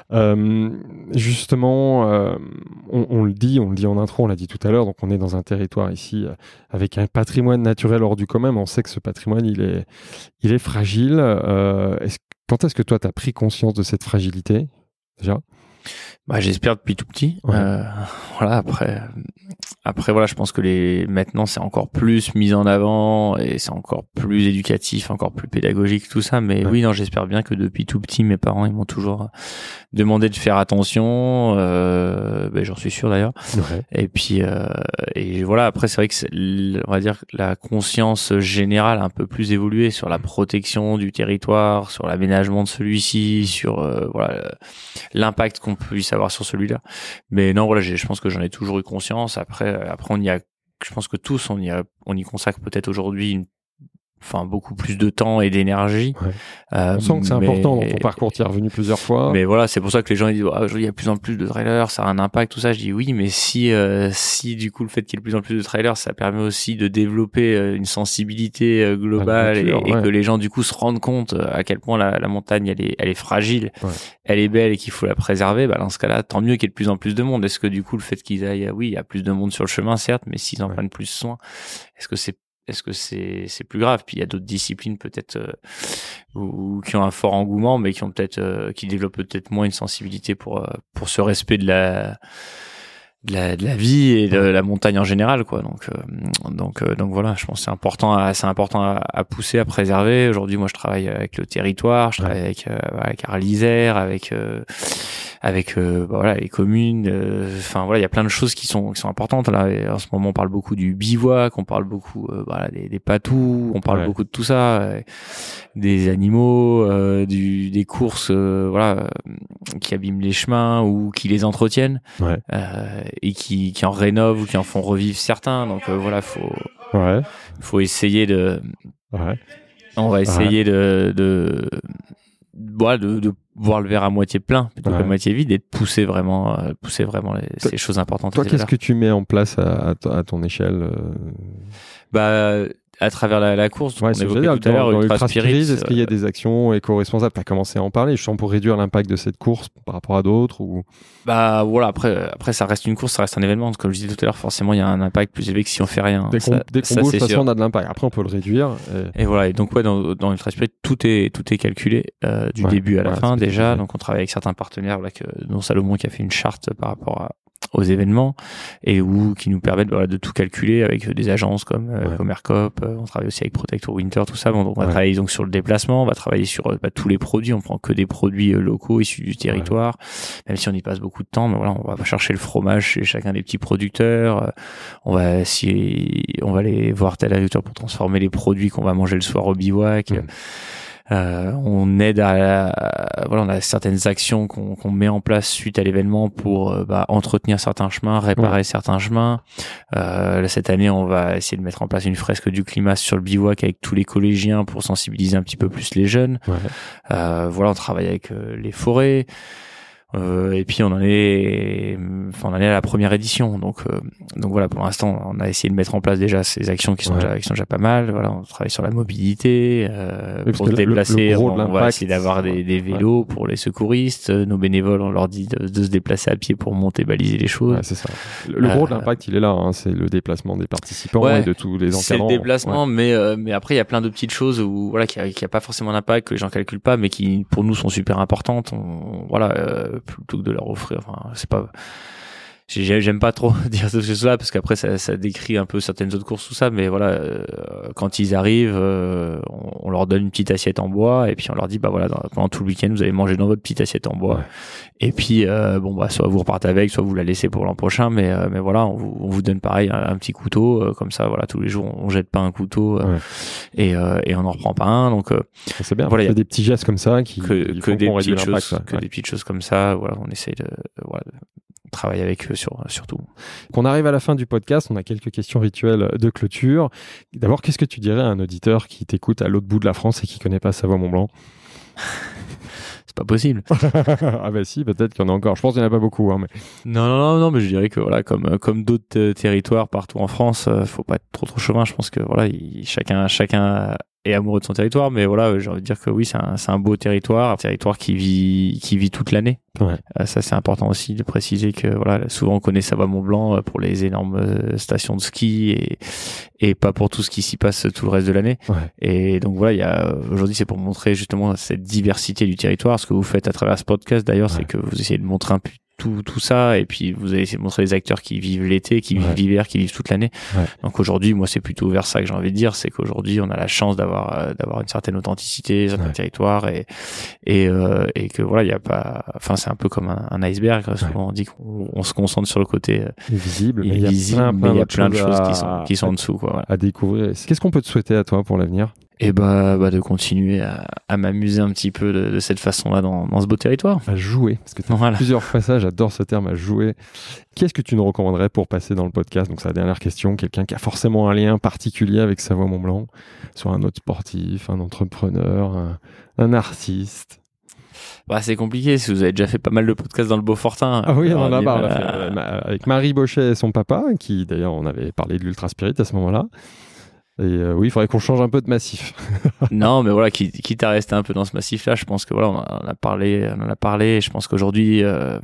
Justement, on le dit en intro, on l'a dit tout à l'heure, donc on est dans un territoire ici avec un patrimoine naturel hors du commun, mais on sait que ce patrimoine, il est fragile. Quand est-ce que toi, tu as pris conscience de cette fragilité, déjà ? J'espère depuis tout petit. Ouais. Voilà, après voilà, je pense que maintenant c'est encore plus mis en avant, et c'est encore plus éducatif, encore plus pédagogique, tout ça. Mais oui, non, j'espère bien que depuis tout petit, mes parents, ils m'ont toujours demandé de faire attention. J'en suis sûr d'ailleurs. Ouais. Et puis et voilà, après c'est vrai que on va dire que la conscience générale a un peu plus évolué sur la protection du territoire, sur l'aménagement de celui-ci, sur voilà l'impact qu'on puisse avoir sur celui-là. Mais non, voilà, je pense que j'en ai toujours eu conscience. Après je pense que tous on y consacre peut-être aujourd'hui beaucoup plus de temps et d'énergie. Ouais. On sent que c'est important dans ton parcours, tu es revenu plusieurs fois. Mais voilà, c'est pour ça que les gens ils disent aujourd'hui il y a de plus en plus de trailers, ça a un impact, tout ça. Je dis oui, mais si du coup le fait qu'il y ait de plus en plus de trailers, ça permet aussi de développer une sensibilité globale, et que les gens du coup se rendent compte à quel point la montagne elle est fragile, elle est belle et qu'il faut la préserver. Dans ce cas-là, tant mieux qu'il y ait de plus en plus de monde. Est-ce que du coup le fait qu'ils aillent, oui, il y a plus de monde sur le chemin certes, mais s'ils en prennent plus soin, est-ce que c'est plus grave? Puis il y a d'autres disciplines peut-être ou qui ont un fort engouement, mais qui développent peut-être moins une sensibilité pour ce respect de la vie et de la montagne en général, quoi. Donc voilà, je pense que c'est important à pousser, à préserver. Aujourd'hui, moi, je travaille avec le territoire, je travaille avec Arles-Isère, avec les communes. Voilà, il y a plein de choses qui sont importantes là. Et en ce moment, on parle beaucoup du bivouac, on parle beaucoup des patous, on parle beaucoup de tout ça, des animaux, des courses, qui abîment les chemins ou qui les entretiennent. Et qui en rénovent ou qui en font revivre certains. Donc voilà, faut essayer de. On va essayer de voir le verre à moitié plein plutôt qu'à moitié vide, et de pousser vraiment ces choses importantes. Toi, qu'est-ce que tu mets en place à ton échelle à travers la course, on évoquait tout à l'heure Ultra Spirit, est-ce qu'il y a des actions éco-responsables? Tu as commencé à en parler, je sens, pour réduire l'impact de cette course par rapport à d'autres ou... Voilà, après ça reste une course, ça reste un événement. Comme je disais tout à l'heure, forcément il y a un impact plus élevé que si on fait rien. Dès qu'on bouge, de toute façon on a de l'impact. Après on peut le réduire. Et voilà, et donc dans Ultra Spirit, tout est calculé du début à la fin déjà. Donc on travaille avec certains partenaires dont Salomon qui a fait une charte par rapport aux événements et qui nous permettent de tout calculer avec des agences comme Commercop. On travaille aussi avec Protector Winter, tout ça. Bon, donc on va travailler donc sur le déplacement, on va travailler sur tous les produits. On prend que des produits locaux issus du territoire, même si on y passe beaucoup de temps. Mais voilà, on va chercher le fromage chez chacun des petits producteurs. On va aller voir tel agriculteur pour transformer les produits qu'on va manger le soir au bivouac. On aide on a certaines actions qu'on met en place suite à l'événement pour entretenir certains chemins, réparer certains chemins. Cette année, on va essayer de mettre en place une fresque du climat sur le bivouac avec tous les collégiens pour sensibiliser un petit peu plus les jeunes. On travaille avec les forêts. Et puis on en est à la première édition, donc voilà, pour l'instant on a essayé de mettre en place déjà ces actions qui sont déjà pas mal. Voilà, on travaille sur la mobilité pour se déplacer. On va essayer d'avoir des vélos pour les secouristes. Nos bénévoles, on leur dit de se déplacer à pied pour monter, baliser les choses. C'est ça. Le gros de l'impact, il est là, hein, c'est le déplacement des participants et de tous les encadrants. C'est le déplacement, mais après il y a plein de petites choses où qui a pas forcément d'impact, que les gens calculent pas, mais qui pour nous sont super importantes. Plutôt que de leur offrir, c'est pas, j'aime pas trop dire ces choses-là parce qu'après ça décrit un peu certaines autres courses, tout ça, mais voilà, quand ils arrivent, on leur donne une petite assiette en bois et puis on leur dit pendant tout le week-end vous allez manger dans votre petite assiette en bois, et puis soit vous repartez avec, soit vous la laissez pour l'an prochain, mais voilà, on vous donne pareil un petit couteau, comme ça, voilà, tous les jours on jette pas un couteau et on en reprend pas un, donc c'est bien, voilà, il y a des petits gestes comme ça qui que des petites choses, des petites choses comme ça, voilà, on essaye de travailler avec eux sur tout. Qu'on arrive à la fin du podcast, on a quelques questions rituelles de clôture. D'abord, qu'est-ce que tu dirais à un auditeur qui t'écoute à l'autre bout de la France et qui connaît pas Savoie-Mont-Blanc? C'est pas possible. Ah bah si, peut-être qu'il y en a encore. Je pense qu'il y en a pas beaucoup, hein, mais... Non, mais je dirais que voilà, comme d'autres territoires partout en France, faut pas être trop chauvin. Je pense que voilà, chacun est amoureux de son territoire, mais voilà, j'ai envie de dire que oui, c'est un beau territoire, un territoire qui vit toute l'année. Ça, c'est important aussi de préciser que voilà, souvent on connaît Savoie-Mont-Blanc pour les énormes stations de ski et pas pour tout ce qui s'y passe tout le reste de l'année. Et donc voilà, aujourd'hui, c'est pour montrer justement cette diversité du territoire. Ce que vous faites à travers ce podcast, d'ailleurs, c'est que vous essayez de montrer un peu tout ça, et puis vous allez essayer de montrer les acteurs qui vivent l'été, qui vivent l'hiver, qui vivent toute l'année. Donc aujourd'hui, moi, c'est plutôt vers ça que j'ai envie de dire, c'est qu'aujourd'hui, on a la chance d'avoir une certaine authenticité sur notre territoire, et que voilà, il y a pas, c'est un peu comme un iceberg. Souvent, on dit qu'on se concentre sur le côté visible, mais il y a plein de choses qui sont en dessous, quoi. Voilà. À découvrir. Qu'est-ce qu'on peut te souhaiter à toi pour l'avenir? Et de continuer à m'amuser un petit peu de cette façon-là dans ce beau territoire. À jouer, parce que tu as plusieurs fois ça, j'adore ce terme, à jouer. Qu'est-ce que tu nous recommanderais pour passer dans le podcast? Donc c'est la dernière question, quelqu'un qui a forcément un lien particulier avec Savoie-Mont-Blanc, soit un autre sportif, un entrepreneur, un artiste. C'est compliqué, si vous avez déjà fait pas mal de podcasts dans le Beaufortin. Ah oui, on en a marre. Avec Marie Bochet et son papa, qui d'ailleurs, on avait parlé de l'Ultra Spirit à ce moment-là. Et oui, il faudrait qu'on change un peu de massif. Non, mais voilà, quitte à rester un peu dans ce massif-là, je pense que voilà, on en a parlé. Je pense qu'aujourd'hui,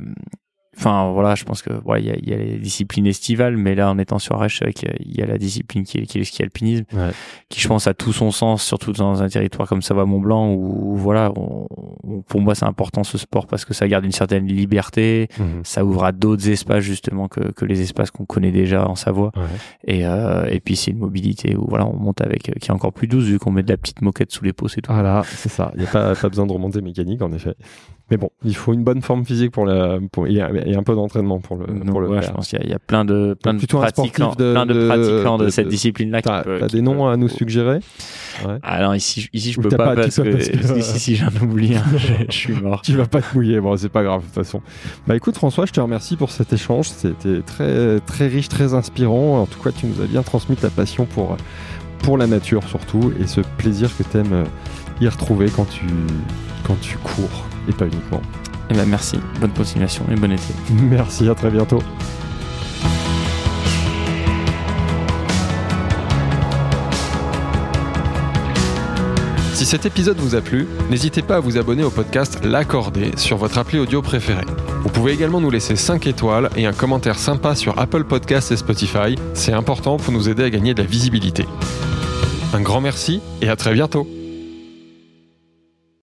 je pense que il y a les disciplines estivales, mais là, en étant sur Arèche, il y a la discipline qui est le ski alpinisme, qui, je pense, a tout son sens, surtout dans un territoire comme Savoie-Mont-Blanc, où voilà, pour moi, c'est important ce sport parce que ça garde une certaine liberté, ça ouvre à d'autres espaces justement que les espaces qu'on connaît déjà en Savoie, et puis c'est une mobilité où voilà, on monte qui est encore plus douce vu qu'on met de la petite moquette sous les peaux, c'est tout. Voilà, c'est ça. Il n'y a pas besoin de remontée mécanique en effet. Mais bon, il faut une bonne forme physique et un peu d'entraînement pour le faire. Je pense qu'il y a plein de pratiquants de cette discipline-là. T'as des noms à nous suggérer? Alors ici je peux pas parce que si j'en oublie un, je suis mort. Tu vas pas te mouiller, bon c'est pas grave de toute façon. Écoute François, je te remercie pour cet échange, c'était très très riche, très inspirant. En tout cas, tu nous as bien transmis ta passion pour la nature surtout, et ce plaisir que t'aimes y retrouver quand tu cours. Et pas uniquement. Merci, bonne continuation et bon été. Merci, à très bientôt. Si cet épisode vous a plu, n'hésitez pas à vous abonner au podcast L'Accordé sur votre appli audio préférée. Vous pouvez également nous laisser 5 étoiles et un commentaire sympa sur Apple Podcasts et Spotify. C'est important pour nous aider à gagner de la visibilité. Un grand merci et à très bientôt.